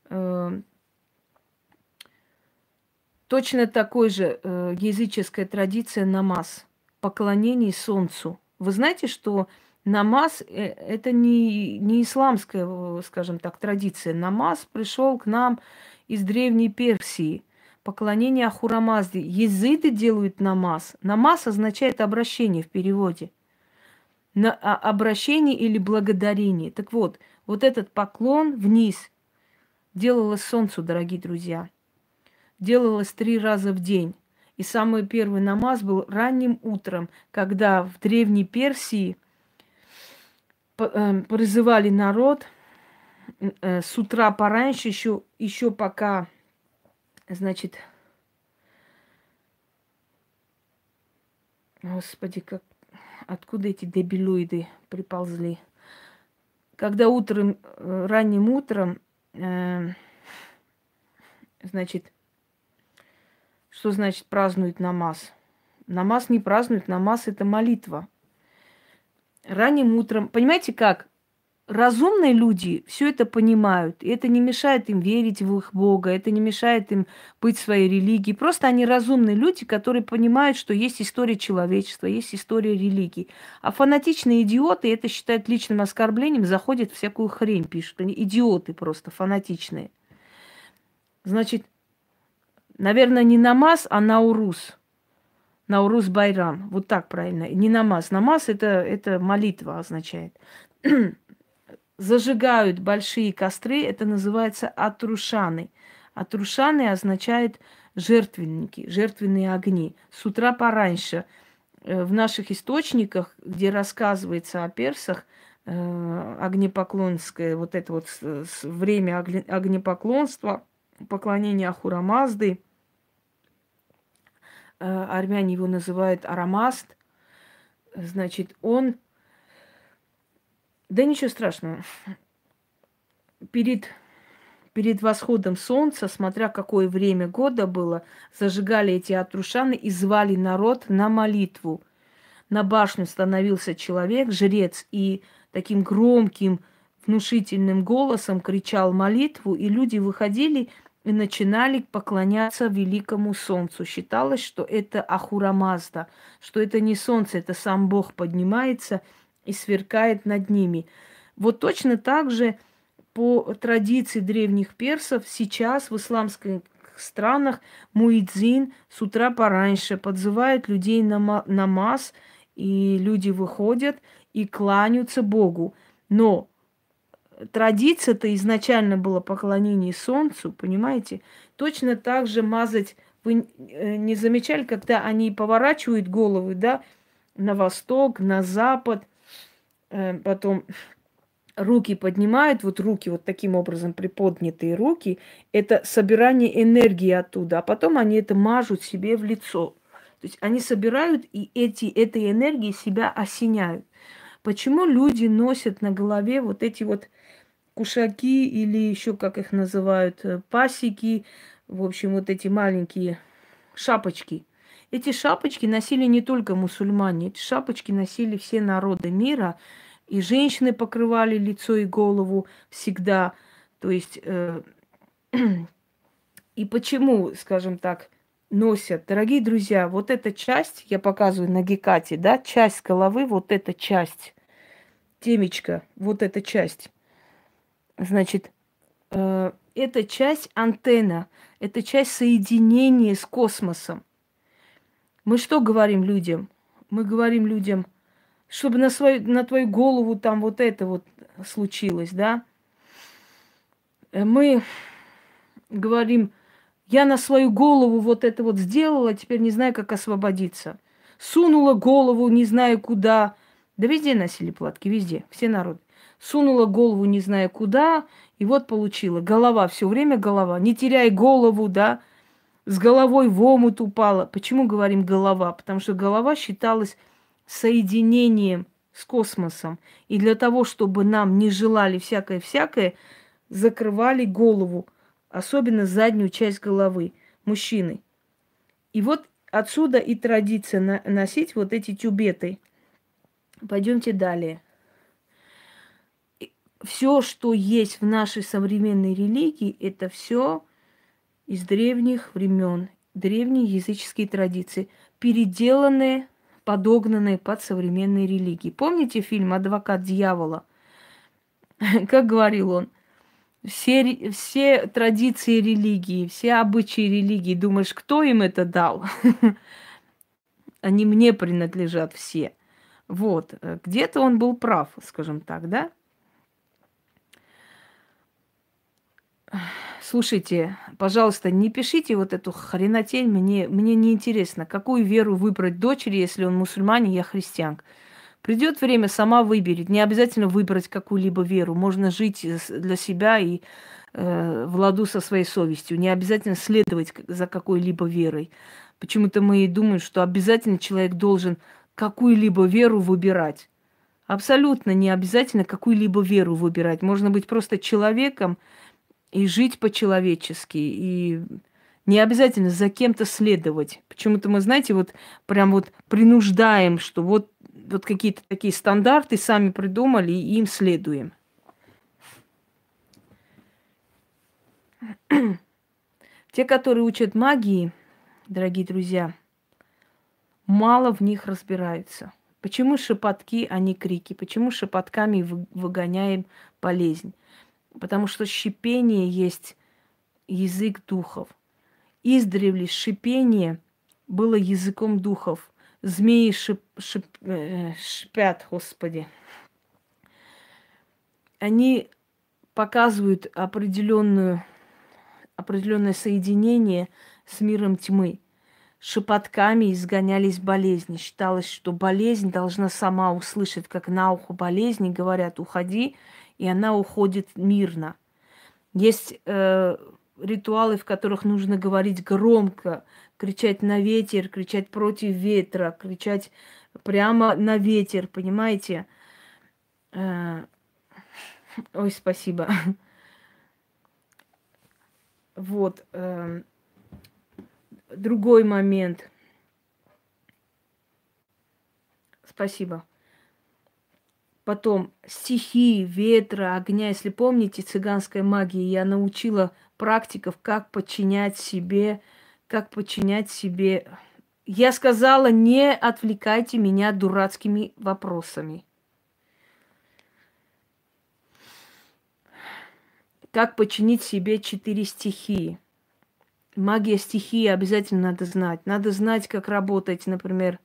S1: Точно такой же языческая традиция намаз, поклонение солнцу. Вы знаете, что намаз это не исламская, скажем так, традиция. Намаз пришел к нам из Древней Персии. Поклонение Ахура Мазде. Езиды делают намаз. Намаз означает обращение в переводе. Обращение или благодарение. Так вот, вот этот поклон вниз делалось солнцу, дорогие друзья. Делалось 3 раза в день. И самый первый намаз был ранним утром, когда в Древней Персии призывали народ с утра пораньше, еще пока, значит, господи, откуда эти дебилоиды приползли? Когда ранним утром, значит, что значит празднуют намаз? Намаз не празднуют, намаз это молитва. Ранним утром, понимаете как? Разумные люди все это понимают, и это не мешает им верить в их Бога, это не мешает им быть в своей религии. Просто они разумные люди, которые понимают, что есть история человечества, есть история религии. А фанатичные идиоты это считают личным оскорблением, заходят в всякую хрень, пишут. Они идиоты просто, фанатичные. Значит, наверное, не намаз, а наурус. Наурус Байрам. Вот так правильно. Не намаз. Намаз это молитва означает. Зажигают большие костры, это называется атрушаны. Атрушаны означает жертвенники, жертвенные огни. С утра пораньше в наших источниках, где рассказывается о персах, огнепоклонское, вот это вот время огнепоклонства, поклонение Ахура Мазды, армяне его называют Арамаст, значит, он... Да ничего страшного. Перед восходом солнца, смотря какое время года было, зажигали эти атрушаны и звали народ на молитву. На башню становился человек, жрец, и таким громким, внушительным голосом кричал молитву, и люди выходили и начинали поклоняться великому солнцу. Считалось, что это Ахура Мазда, что это не солнце, это сам Бог поднимается и сверкает над ними. Вот точно так же по традиции древних персов сейчас в исламских странах муэдзин с утра пораньше подзывает людей на намаз, и люди выходят и кланяются Богу. Но традиция-то изначально была поклонение солнцу, понимаете? Точно так же мазать. Вы не замечали, когда они поворачивают головы, да, на восток, на запад, потом руки поднимают, вот руки вот таким образом приподнятые руки, это собирание энергии оттуда, а потом они это мажут себе в лицо. То есть они собирают и этой энергией себя осеняют. Почему люди носят на голове вот эти вот кушаки или еще, как их называют, пасеки, в общем, вот эти маленькие шапочки? Эти шапочки носили не только мусульмане, эти шапочки носили все народы мира, и женщины покрывали лицо и голову всегда. То есть, и почему, скажем так, носят? Дорогие друзья, вот эта часть, я показываю на гекате, да, часть головы, вот эта часть, темечко, вот эта часть. Значит, эта часть антенна, это часть соединения с космосом. Мы что говорим людям? Мы говорим людям, чтобы на твою голову там вот это вот случилось, да? Мы говорим, я на свою голову вот это вот сделала, теперь не знаю, как освободиться. Сунула голову, не знаю куда. Да везде носили платки, везде, все народы. Сунула голову, не знаю куда, и вот получила. Голова, все время голова. Не теряй голову, да? С головой в омут упала. Почему говорим голова? Потому что голова считалась соединением с космосом. И для того, чтобы нам не желали всякое-всякое, закрывали голову, особенно заднюю часть головы мужчины. И вот отсюда и традиция носить вот эти тюбеты. Пойдемте далее. Все, что есть в нашей современной религии, это все из древних времен, древние языческие традиции, переделанные, подогнанные под современные религии. Помните фильм «Адвокат дьявола»? Как говорил он, все традиции религии, все обычаи религии, думаешь, кто им это дал? Они мне принадлежат все. Вот, где-то он был прав, скажем так, да? Слушайте, пожалуйста, не пишите вот эту хренотень, мне не интересно, какую веру выбрать дочери, если он мусульманин, я христианка. Придет время, сама выберет. Не обязательно выбрать какую-либо веру. Можно жить для себя и в ладу со своей совестью. Не обязательно следовать за какой-либо верой. Почему-то мы и думаем, что обязательно человек должен какую-либо веру выбирать. Абсолютно не обязательно какую-либо веру выбирать. Можно быть просто человеком и жить по-человечески. И не обязательно за кем-то следовать. Почему-то мы, знаете, вот прям вот принуждаем, что вот какие-то такие стандарты сами придумали и им следуем. Те, которые учат магии, дорогие друзья, мало в них разбираются. Почему шепотки, а не крики? Почему шепотками выгоняем болезнь? Потому что шипение есть язык духов. Издревле шипение было языком духов. Змеи шипят, Господи. Они показывают определенное соединение с миром тьмы. Шепотками изгонялись болезни. Считалось, что болезнь должна сама услышать, как на ухо болезни говорят, уходи, и она уходит мирно. Есть ритуалы, в которых нужно говорить громко, кричать на ветер, кричать против ветра, кричать прямо на ветер, понимаете? Ой, спасибо. Вот. Другой момент. Спасибо. Потом стихии, ветра, огня. Если помните, цыганская магия, я научила практиков, как подчинять себе. Я сказала, не отвлекайте меня дурацкими вопросами. Как починить себе 4 стихии. Магия стихии обязательно надо знать. Надо знать, как работать, например.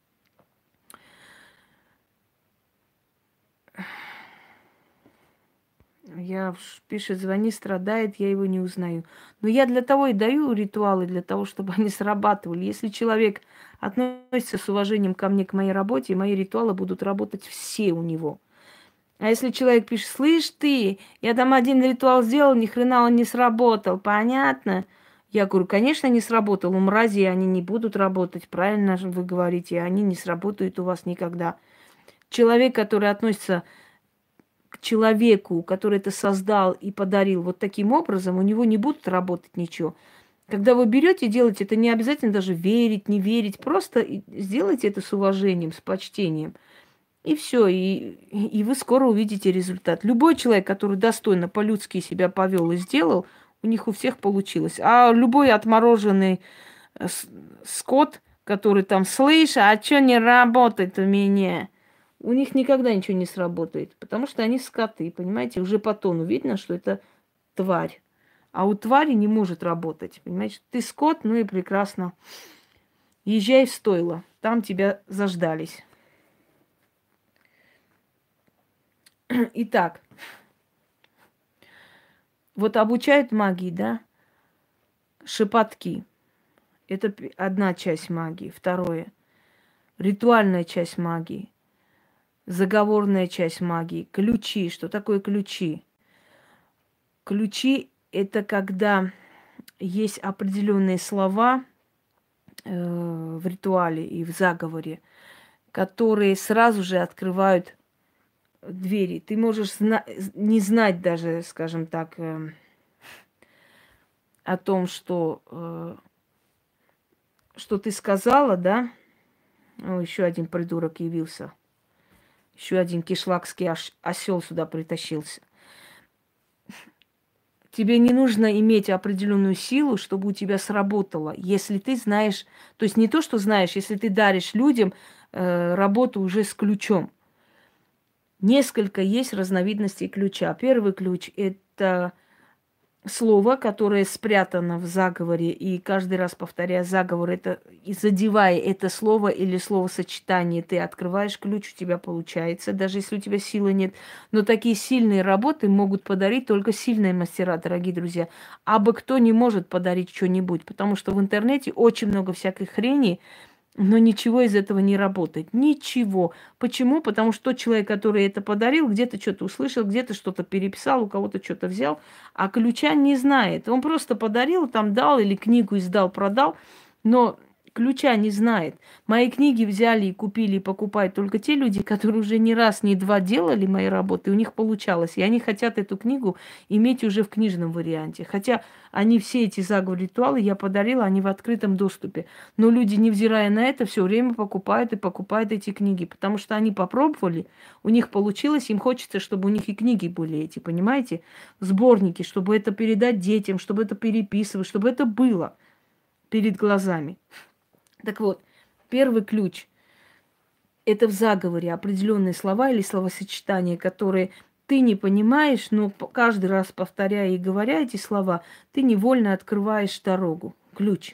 S1: Пишет, звони, страдает, я его не узнаю. Но я для того и даю ритуалы, для того, чтобы они срабатывали. Если человек относится с уважением ко мне, к моей работе, мои ритуалы будут работать все у него. А если человек пишет, слышь ты, я там один ритуал сделал, ни хрена он не сработал, понятно? Я говорю, конечно, не сработал, у мрази они не будут работать, правильно же вы говорите, они не сработают у вас никогда. Человек, который относится к человеку, который это создал и подарил вот таким образом, у него не будут работать ничего. Когда вы берете и делаете, это не обязательно даже верить, не верить, просто сделайте это с уважением, с почтением. И все, и вы скоро увидите результат. Любой человек, который достойно по-людски себя повел и сделал, у них у всех получилось. А любой отмороженный скот, который там, слышь, а что не работает у меня? У них никогда ничего не сработает, потому что они скоты, понимаете? Уже по тону видно, что это тварь. А у твари не может работать, понимаете? Ты скот, ну и прекрасно. Езжай в стойло, там тебя заждались. Итак, вот обучают магии, да? Шепотки. Это одна часть магии. Второе. Ритуальная часть магии. Заговорная часть магии. Ключи. Что такое ключи? Ключи – это когда есть определенные слова в ритуале и в заговоре, которые сразу же открывают двери. Ты можешь не знать даже, скажем так, о том, что ты сказала, да? О, еще один придурок явился. Еще один кишлакский осел сюда притащился. Тебе не нужно иметь определенную силу, чтобы у тебя сработало. Если ты знаешь, то есть не то, что знаешь, если ты даришь людям работу уже с ключом. Несколько есть разновидностей ключа. Первый ключ – это слово, которое спрятано в заговоре, и каждый раз повторяя заговор, это, и задевая это слово или словосочетание, ты открываешь ключ, у тебя получается, даже если у тебя силы нет. Но такие сильные работы могут подарить только сильные мастера, дорогие друзья. Абы кто не может подарить что-нибудь, потому что в интернете очень много всякой хрени, но ничего из этого не работает. Ничего. Почему? Потому что тот человек, который это подарил, где-то что-то услышал, где-то что-то переписал, у кого-то что-то взял, а ключа не знает. Он просто подарил, там дал или книгу издал, продал, но ключа не знает. Мои книги взяли и купили, и покупают только те люди, которые уже не раз, не два делали мои работы, у них получалось. И они хотят эту книгу иметь уже в книжном варианте. Хотя они все эти заговоры, ритуалы я подарила, они в открытом доступе. Но люди, невзирая на это, все время покупают и покупают эти книги, потому что они попробовали, у них получилось, им хочется, чтобы у них и книги были эти, понимаете? Сборники, чтобы это передать детям, чтобы это переписывать, чтобы это было перед глазами. Так вот, первый ключ – это в заговоре определенные слова или словосочетания, которые ты не понимаешь, но каждый раз повторяя и говоря эти слова, ты невольно открываешь дорогу, ключ.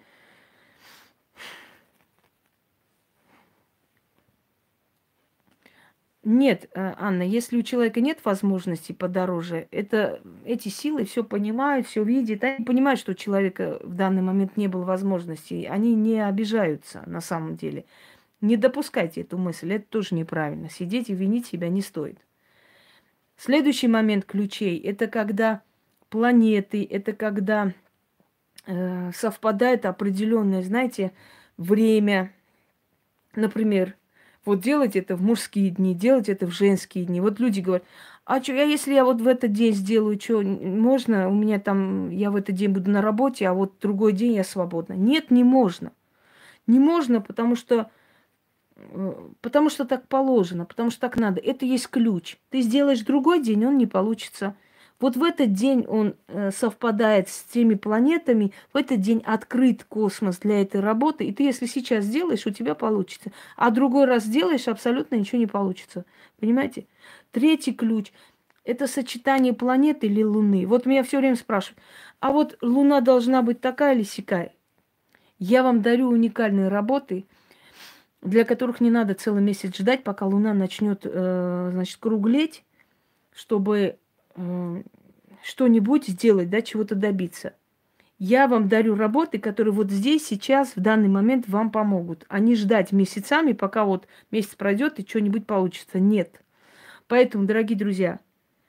S1: Нет, Анна, если у человека нет возможности подороже, эти силы все понимают, все видят. Они понимают, что у человека в данный момент не было возможности. Они не обижаются на самом деле. Не допускайте эту мысль, это тоже неправильно. Сидеть и винить себя не стоит. Следующий момент ключей – это когда планеты, это когда совпадает определенное, знаете, время. Например, вот делать это в мужские дни, делать это в женские дни. Вот люди говорят, а что, если я вот в этот день сделаю, что, можно? У меня там, я в этот день буду на работе, а вот другой день я свободна. Нет, не можно. Не можно, потому что так положено, потому что так надо. Это есть ключ. Ты сделаешь другой день, он не получится. Вот в этот день он совпадает с теми планетами, в этот день открыт космос для этой работы, и ты, если сейчас сделаешь, у тебя получится. А другой раз сделаешь, абсолютно ничего не получится. Понимаете? Третий ключ – Это сочетание планет или Луны. Вот меня все время спрашивают, а вот Луна должна быть такая или сякая? Я вам дарю уникальные работы, для которых не надо целый месяц ждать, пока Луна начнет, значит, круглеть, чтобы что-нибудь сделать, да, чего-то добиться. Я вам дарю работы, которые вот здесь, сейчас, в данный момент вам помогут. А не ждать месяцами, пока вот месяц пройдет и что-нибудь получится. Нет. Поэтому, дорогие друзья,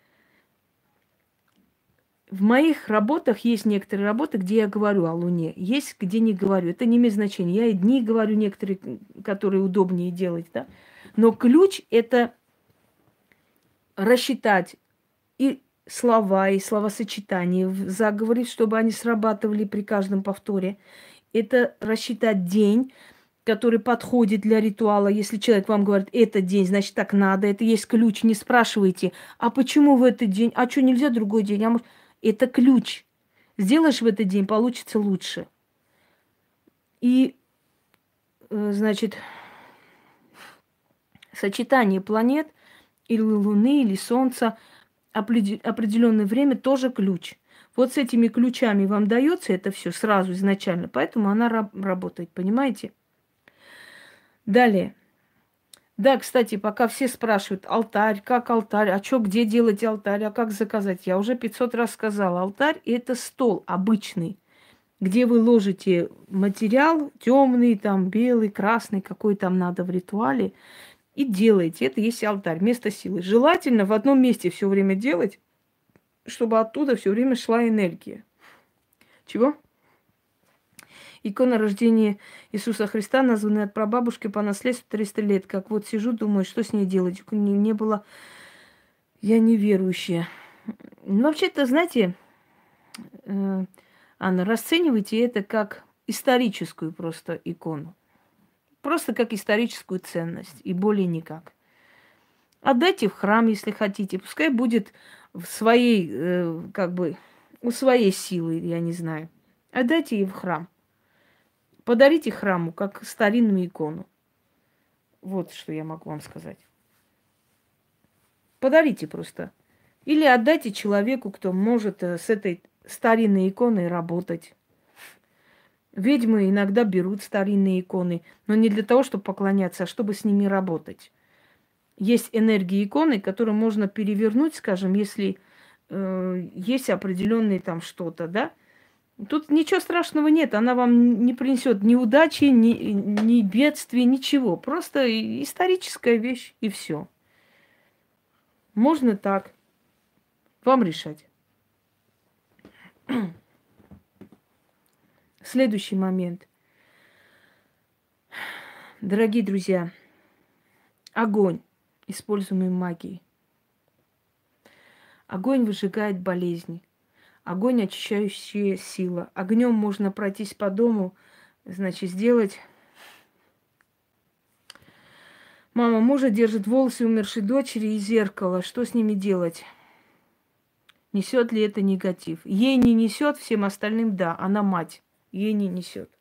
S1: в моих работах есть некоторые работы, где я говорю о Луне, есть, где не говорю. Это не имеет значения. Я и дни говорю некоторые, которые удобнее делать, да. Но ключ – это рассчитать и словосочетания в заговоре, чтобы они срабатывали при каждом повторе. Это рассчитать день, который подходит для ритуала. Если человек вам говорит, это день, значит, так надо, это есть ключ. Не спрашивайте, а почему в этот день, а что, нельзя другой день? Это ключ. Сделаешь в этот день, получится лучше. И, значит, сочетание планет или Луны, или Солнца определенное время тоже ключ. Вот с этими ключами вам дается это все сразу изначально, поэтому она работает, понимаете? Далее. Да, кстати, пока все спрашивают, алтарь, как алтарь, а что, где делать алтарь, а как заказать? Я уже 500 раз сказала, алтарь – это стол обычный, где вы ложите материал темный, там, белый, красный, какой там надо в ритуале, и делаете. Это есть алтарь, место силы. Желательно в одном месте все время делать, чтобы оттуда все время шла энергия. Чего? Икона рождения Иисуса Христа, названная от прабабушки по наследству 300 лет. Как вот сижу, думаю, что с ней делать. Не было... Я неверующая. Ну, вообще-то, знаете, Анна, расценивайте это как историческую просто икону. Просто как историческую ценность. И более никак. Отдайте в храм, если хотите. Пускай будет в своей, как бы, у своей силы, я не знаю. Отдайте ей в храм. Подарите храму, как старинную икону. Вот что я могу вам сказать. Подарите просто. Или отдайте человеку, кто может с этой старинной иконой работать. Ведьмы иногда берут старинные иконы, но не для того, чтобы поклоняться, а чтобы с ними работать. Есть энергии иконы, которые можно перевернуть, скажем, если есть определенные там что-то, да. Тут ничего страшного нет, она вам не принесет ни удачи, ни бедствий, ничего. Просто историческая вещь и все. Можно так. Вам решать. Следующий момент. Дорогие друзья, огонь, используемый магией. Огонь выжигает болезни. Огонь – очищающая сила. Огнем можно пройтись по дому, значит, сделать... Мама мужа держит волосы умершей дочери и зеркало. Что с ними делать? Несет ли это негатив? Ей не несет, всем остальным да. Она мать. Ей не несет.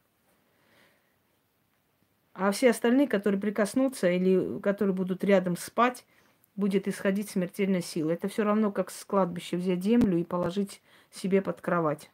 S1: А все остальные, которые прикоснутся или которые будут рядом спать, будет исходить смертельная сила. Это все равно, как с кладбища взять землю и положить себе под кровать.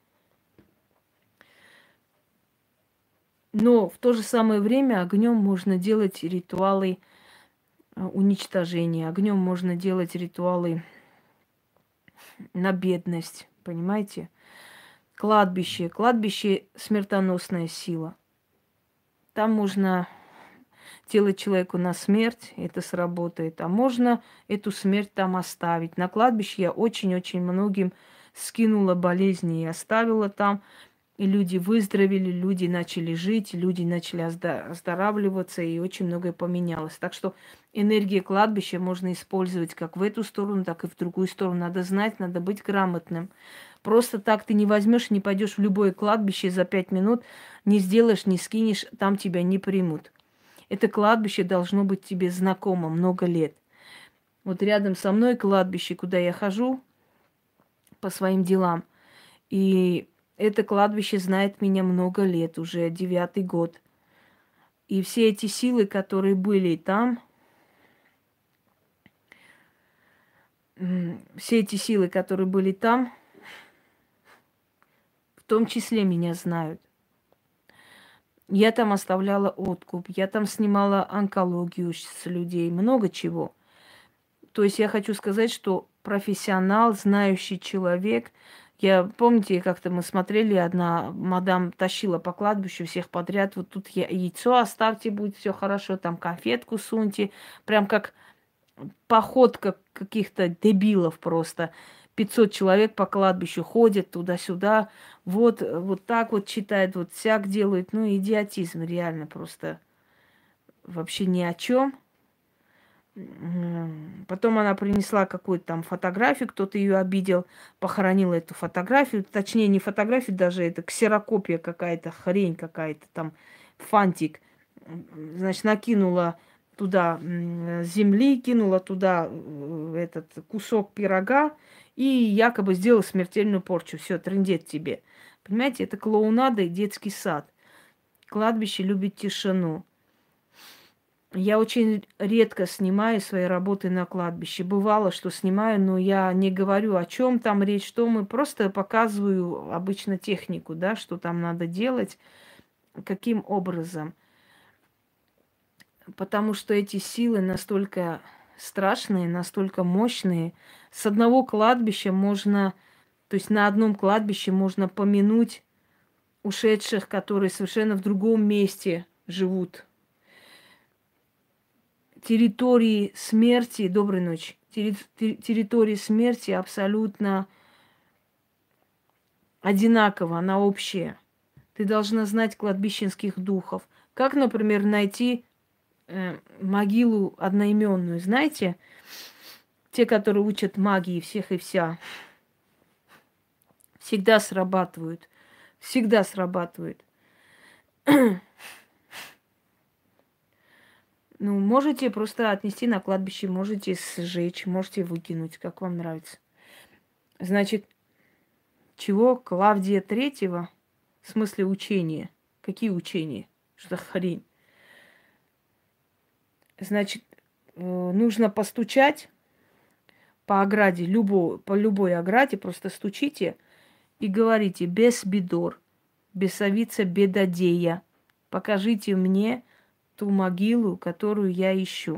S1: Но в то же самое время огнем можно делать ритуалы уничтожения. Огнем можно делать ритуалы на бедность. Понимаете? Кладбище. Кладбище – смертоносная сила. Там можно делать человеку на смерть, это сработает. А можно эту смерть там оставить. На кладбище я очень-очень многим скинула болезни и оставила там. И люди выздоровели, люди начали жить, люди начали оздоравливаться, и очень многое поменялось. Так что энергия кладбища можно использовать как в эту сторону, так и в другую сторону. Надо знать, надо быть грамотным. Просто так ты не возьмешь, не пойдешь в любое кладбище за 5 минут, не сделаешь, не скинешь, там тебя не примут. Это кладбище должно быть тебе знакомо много лет. Вот рядом со мной кладбище, куда я хожу по своим делам. И это кладбище знает меня много лет, уже 9-й год. И все эти силы, которые были там, все эти силы, которые были там, в том числе меня знают. Я там оставляла откуп, я там снимала онкологию с людей, много чего. То есть я хочу сказать, что профессионал, знающий человек. Я, помните, как-то мы смотрели, одна мадам тащила по кладбищу всех подряд. Вот тут яйцо оставьте, будет все хорошо, там конфетку суньте. Прям как походка каких-то дебилов просто. 500 человек по кладбищу ходят туда-сюда. Вот так вот читают, вот всяк делают. Ну, идиотизм реально просто вообще ни о чем. Потом она принесла какую-то там фотографию, кто-то ее обидел, похоронила эту фотографию. Точнее, не фотографию даже, это ксерокопия какая-то, хрень какая-то там, фантик. Значит, накинула туда земли, кинула туда этот кусок пирога и якобы сделала смертельную порчу. Все, трындец тебе. Понимаете, это клоунада и детский сад. Кладбище любит тишину. Я очень редко снимаю свои работы на кладбище. Бывало, что снимаю, но я не говорю, о чем там речь, что мы просто показываю обычно технику, да, что там надо делать, каким образом. Потому что эти силы настолько страшные, настолько мощные. С одного кладбища можно, то есть на одном кладбище можно помянуть ушедших, которые совершенно в другом месте живут. Территории смерти, доброй ночи, территории смерти абсолютно одинаково, она общая. Ты должна знать кладбищенских духов. Как, например, найти могилу одноименную, знаете? Те, которые учат магии всех и вся, всегда срабатывают. Всегда срабатывают. Ну, можете просто отнести на кладбище, можете сжечь, можете выкинуть, как вам нравится. Значит, чего? Клавдия Третьего? В смысле учения? Какие учения? Что за хрень? Значит, нужно постучать по ограде, по любой ограде, просто стучите и говорите: без бедор, бесовица бедодея, покажите мне ту могилу, которую я ищу.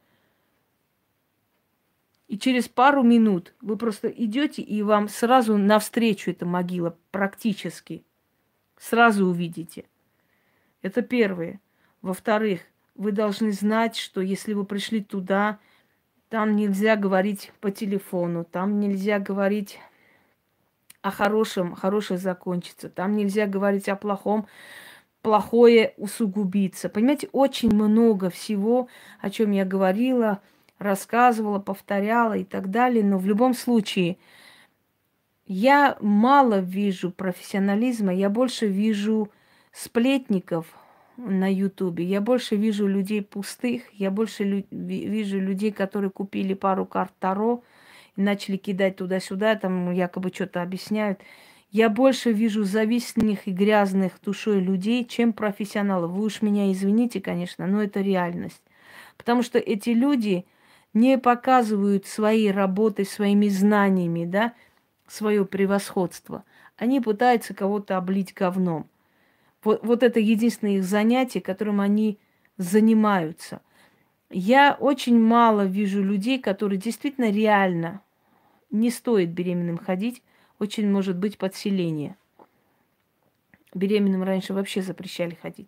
S1: И через пару минут вы просто идете, и вам сразу навстречу эта могила практически. Сразу увидите. Это первое. Во-вторых, вы должны знать, что если вы пришли туда, там нельзя говорить по телефону, там нельзя говорить о хорошем, хорошее закончится, там нельзя говорить о плохом, плохое усугубится. Понимаете, очень много всего, о чем я говорила, рассказывала, повторяла и так далее. Но в любом случае, я мало вижу профессионализма, я больше вижу сплетников на Ютубе, я больше вижу людей пустых, я больше вижу людей, которые купили пару карт Таро и начали кидать туда-сюда, там якобы что-то объясняют. Я больше вижу завистных и грязных душой людей, чем профессионалов. Вы уж меня извините, конечно, но это реальность. Потому что эти люди не показывают своей работой, своими знаниями, да, свое превосходство. Они пытаются кого-то облить говном. Вот это единственное их занятие, которым они занимаются. Я очень мало вижу людей, которые действительно реально не стоит беременным ходить. Очень может быть подселение. Беременным раньше вообще запрещали ходить.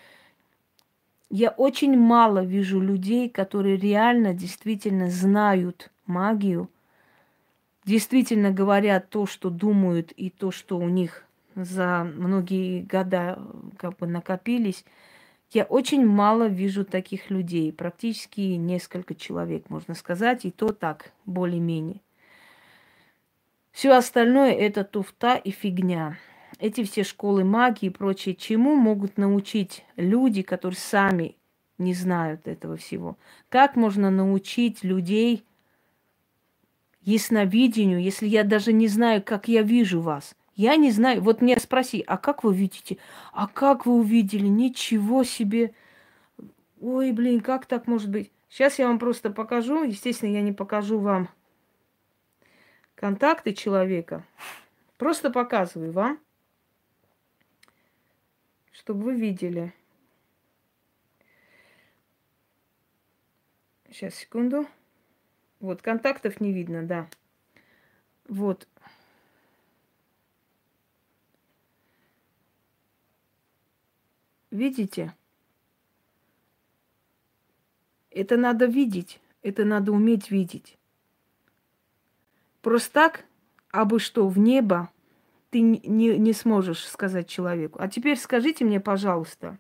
S1: Я очень мало вижу людей, которые реально, действительно знают магию, действительно говорят то, что думают, и то, что у них за многие года как бы накопились. Я очень мало вижу таких людей, практически несколько человек, можно сказать, и то так, более-менее. Все остальное это туфта и фигня. Эти все школы магии и прочее, чему могут научить люди, которые сами не знают этого всего? Как можно научить людей ясновидению, если я даже не знаю, как я вижу вас? Я не знаю. Вот меня спроси, а как вы видите? А как вы увидели? Ничего себе. Ой, блин, как так может быть? Сейчас я вам просто покажу. Естественно, я не покажу вам контакты человека. Просто показываю вам, чтобы вы видели. Сейчас, секунду. Вот, контактов не видно, да. Вот. Видите? Это надо видеть. Это надо уметь видеть. Просто так, абы что, в небо ты не сможешь сказать человеку. А теперь скажите мне, пожалуйста,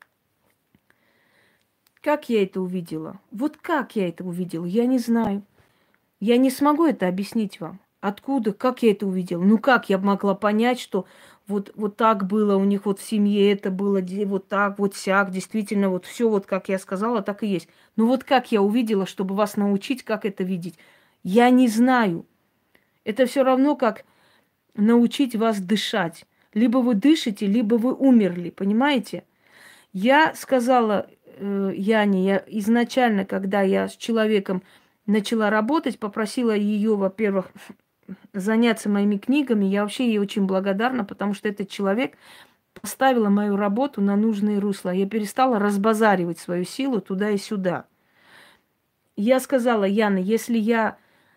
S1: как я это увидела? Вот как я это увидела? Я не знаю. Я не смогу это объяснить вам. Откуда, как я это увидела? Ну как я могла понять, что вот так было у них вот в семье, это было вот так, вот сяк, действительно, вот все вот как я сказала, так и есть. Ну вот как я увидела, чтобы вас научить, как это видеть? Я не знаю. Это все равно, как научить вас дышать. Либо вы дышите, либо вы умерли, понимаете? Я сказала Яне, я изначально, когда я с человеком начала работать, попросила ее, во-первых, заняться моими книгами. Я вообще ей очень благодарна, потому что этот человек поставила мою работу на нужные русла. Я перестала разбазаривать свою силу туда и сюда. Я сказала, Яна, если я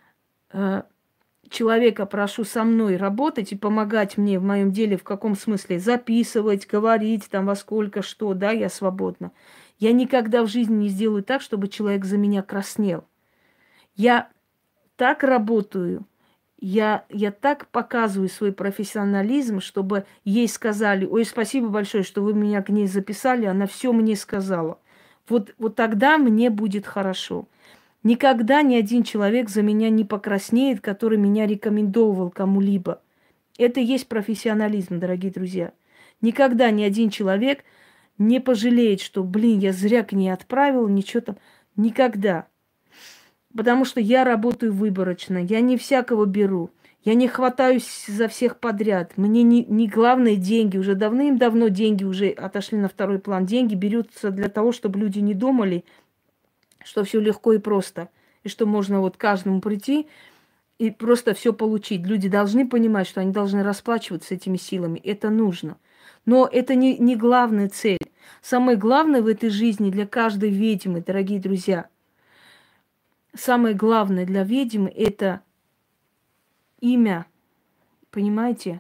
S1: человека прошу со мной работать и помогать мне в моем деле, в каком смысле записывать, говорить, там во сколько, что, да, я свободна. Я никогда в жизни не сделаю так, чтобы человек за меня краснел. Я так работаю, я так показываю свой профессионализм, чтобы ей сказали, ой, спасибо большое, что вы меня к ней записали, она все мне сказала. Вот тогда мне будет хорошо. Никогда ни один человек за меня не покраснеет, который меня рекомендовал кому-либо. Это и есть профессионализм, дорогие друзья. Никогда ни один человек не пожалеет, что, блин, я зря к ней отправил, ничего там. Никогда. Потому что я работаю выборочно, я не всякого беру. Я не хватаюсь за всех подряд. Мне не главное деньги. Уже давным-давно деньги уже отошли на второй план. Деньги берутся для того, чтобы люди не думали, что все легко и просто. И что можно вот каждому прийти и просто все получить. Люди должны понимать, что они должны расплачиваться этими силами. Это нужно. Но это не главная цель. Самое главное в этой жизни для каждой ведьмы, дорогие друзья, самое главное для ведьмы – это имя. Понимаете?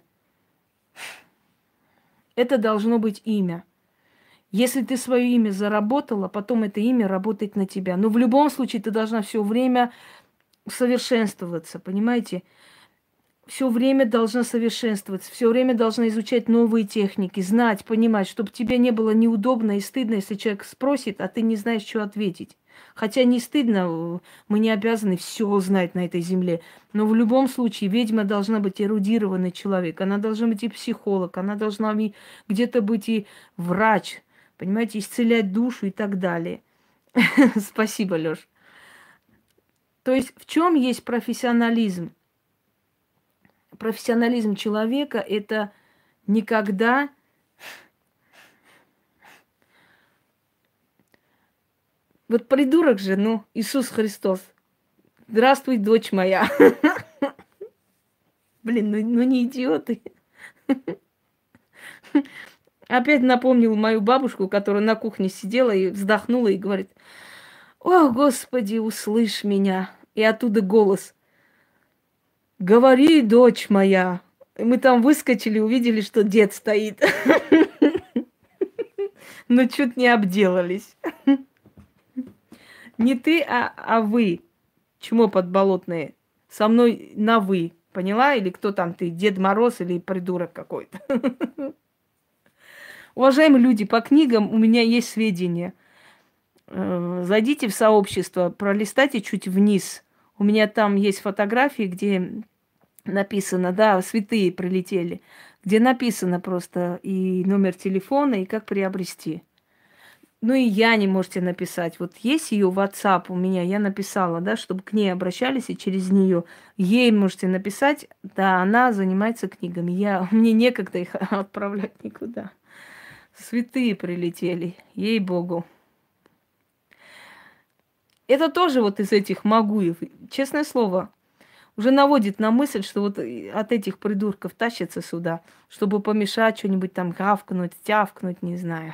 S1: Это должно быть имя. Если ты свое имя заработала, потом это имя работает на тебя. Но в любом случае ты должна все время совершенствоваться, понимаете? Все время должна совершенствоваться, все время должна изучать новые техники, знать, понимать, чтобы тебе не было неудобно и стыдно, если человек спросит, а ты не знаешь, что ответить. Хотя не стыдно, мы не обязаны все знать на этой земле. Но в любом случае ведьма должна быть эрудированный человек, она должна быть и психолог, она должна где-то быть и врач, понимаете, исцелять душу и так далее. Спасибо, Лёш. То есть в чем есть профессионализм? Профессионализм человека – это никогда вот придурок же, ну, Иисус Христос. Здравствуй, дочь моя. Блин, ну не идиоты. Опять напомнил мою бабушку, которая на кухне сидела и вздохнула и говорит: о, Господи, услышь меня. И оттуда голос: говори, дочь моя. И мы там выскочили, увидели, что дед стоит. Ну, чуть не обделались. Не ты, а вы, чмо подболотные. Со мной на «вы». Поняла? Или кто там ты, Дед Мороз или придурок какой-то? Уважаемые люди, по книгам у меня есть сведения. Зайдите в сообщество, пролистайте чуть вниз. У меня там есть фотографии, где написано, да, святые прилетели, где написано просто и номер телефона, и как приобрести. Ну и Яне можете написать. Вот есть ее WhatsApp у меня, я написала, да, чтобы к ней обращались, и через нее. Ей можете написать, да, она занимается книгами. Мне некогда их отправлять никуда. Святые прилетели, ей-богу. Это тоже вот из этих Магуев. Честное слово, уже наводит на мысль, что вот от этих придурков тащатся сюда, чтобы помешать что-нибудь там гавкнуть, тявкнуть, не знаю.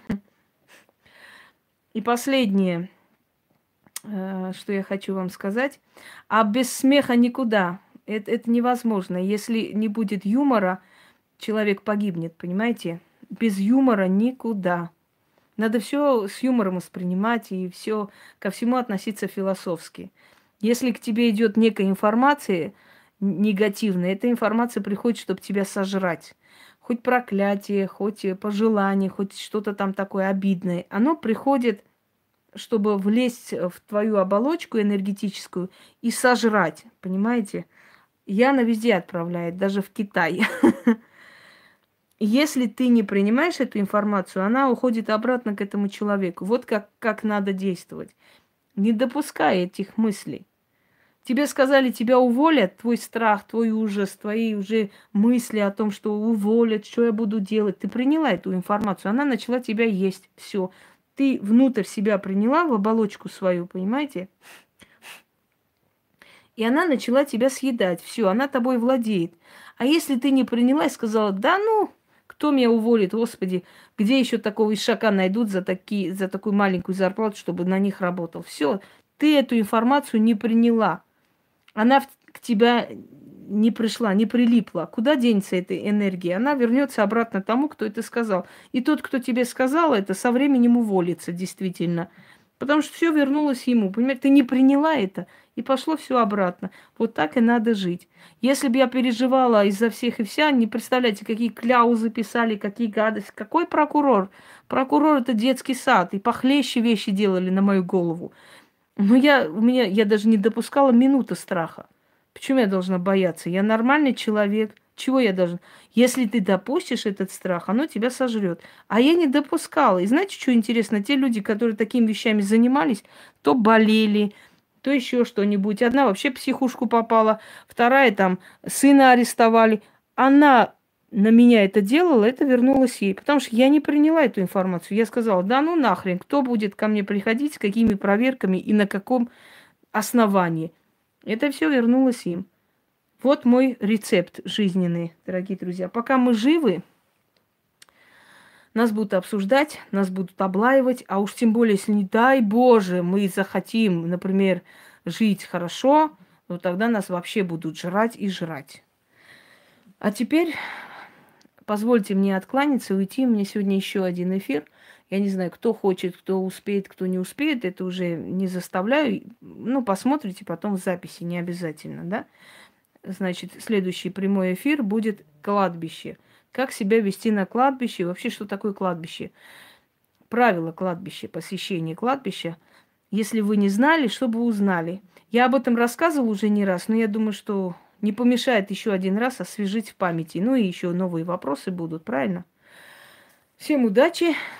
S1: И последнее, что я хочу вам сказать. А без смеха никуда. Это невозможно. Если не будет юмора, человек погибнет, понимаете? Без юмора никуда. Надо все с юмором воспринимать и все ко всему относиться философски. Если к тебе идет некая информация негативная, эта информация приходит, чтобы тебя сожрать. Хоть проклятие, хоть пожелание, хоть что-то там такое обидное. Оно приходит, чтобы влезть в твою оболочку энергетическую и сожрать. Понимаете? Яна везде отправляет, даже в Китай. Если ты не принимаешь эту информацию, она уходит обратно к этому человеку. Вот как надо действовать. Не допускай этих мыслей. Тебе сказали, тебя уволят, твой страх, твой ужас, твои уже мысли о том, что уволят, что я буду делать. Ты приняла эту информацию, она начала тебя есть. Все. Ты внутрь себя приняла, в оболочку свою, понимаете? И она начала тебя съедать. Все, она тобой владеет. А если ты не приняла и сказала, да ну, кто меня уволит, господи, где еще такого ишака найдут за такую маленькую зарплату, чтобы на них работал? Все, ты эту информацию не приняла. Она к тебя не пришла, не прилипла. Куда денется эта энергия? Она вернется обратно тому, кто это сказал. И тот, кто тебе сказал это, со временем уволится, действительно. Потому что все вернулось ему. Понимаете, ты не приняла это, и пошло все обратно. Вот так и надо жить. Если бы я переживала из-за всех и вся, не представляете, какие кляузы писали, какие гадости. Какой прокурор? Прокурор – это детский сад. И похлеще вещи делали на мою голову. Но я даже не допускала минуты страха. Почему я должна бояться? Я нормальный человек. Чего я должна? Если ты допустишь этот страх, оно тебя сожрет. А я не допускала. И знаете, что интересно? Те люди, которые такими вещами занимались, то болели, то еще что-нибудь. Одна вообще в психушку попала, вторая там сына арестовали. Она на меня это делала, это вернулось ей. Потому что я не приняла эту информацию. Я сказала, да ну нахрен, кто будет ко мне приходить, с какими проверками и на каком основании. Это все вернулось им. Вот мой рецепт жизненный, дорогие друзья. Пока мы живы, нас будут обсуждать, нас будут облаивать, а уж тем более, если не дай Боже, мы захотим, например, жить хорошо, то тогда нас вообще будут жрать и жрать. А теперь позвольте мне откланяться, уйти. У меня сегодня еще один эфир. Я не знаю, кто хочет, кто успеет, кто не успеет. Это уже не заставляю. Ну, посмотрите потом в записи, не обязательно, да? Значит, следующий прямой эфир будет кладбище. Как себя вести на кладбище? Вообще, что такое кладбище? Правила кладбища, посещение кладбища. Если вы не знали, чтобы вы узнали. Я об этом рассказывала уже не раз, но я думаю, что не помешает еще один раз освежить в памяти. Ну и еще новые вопросы будут, правильно? Всем удачи,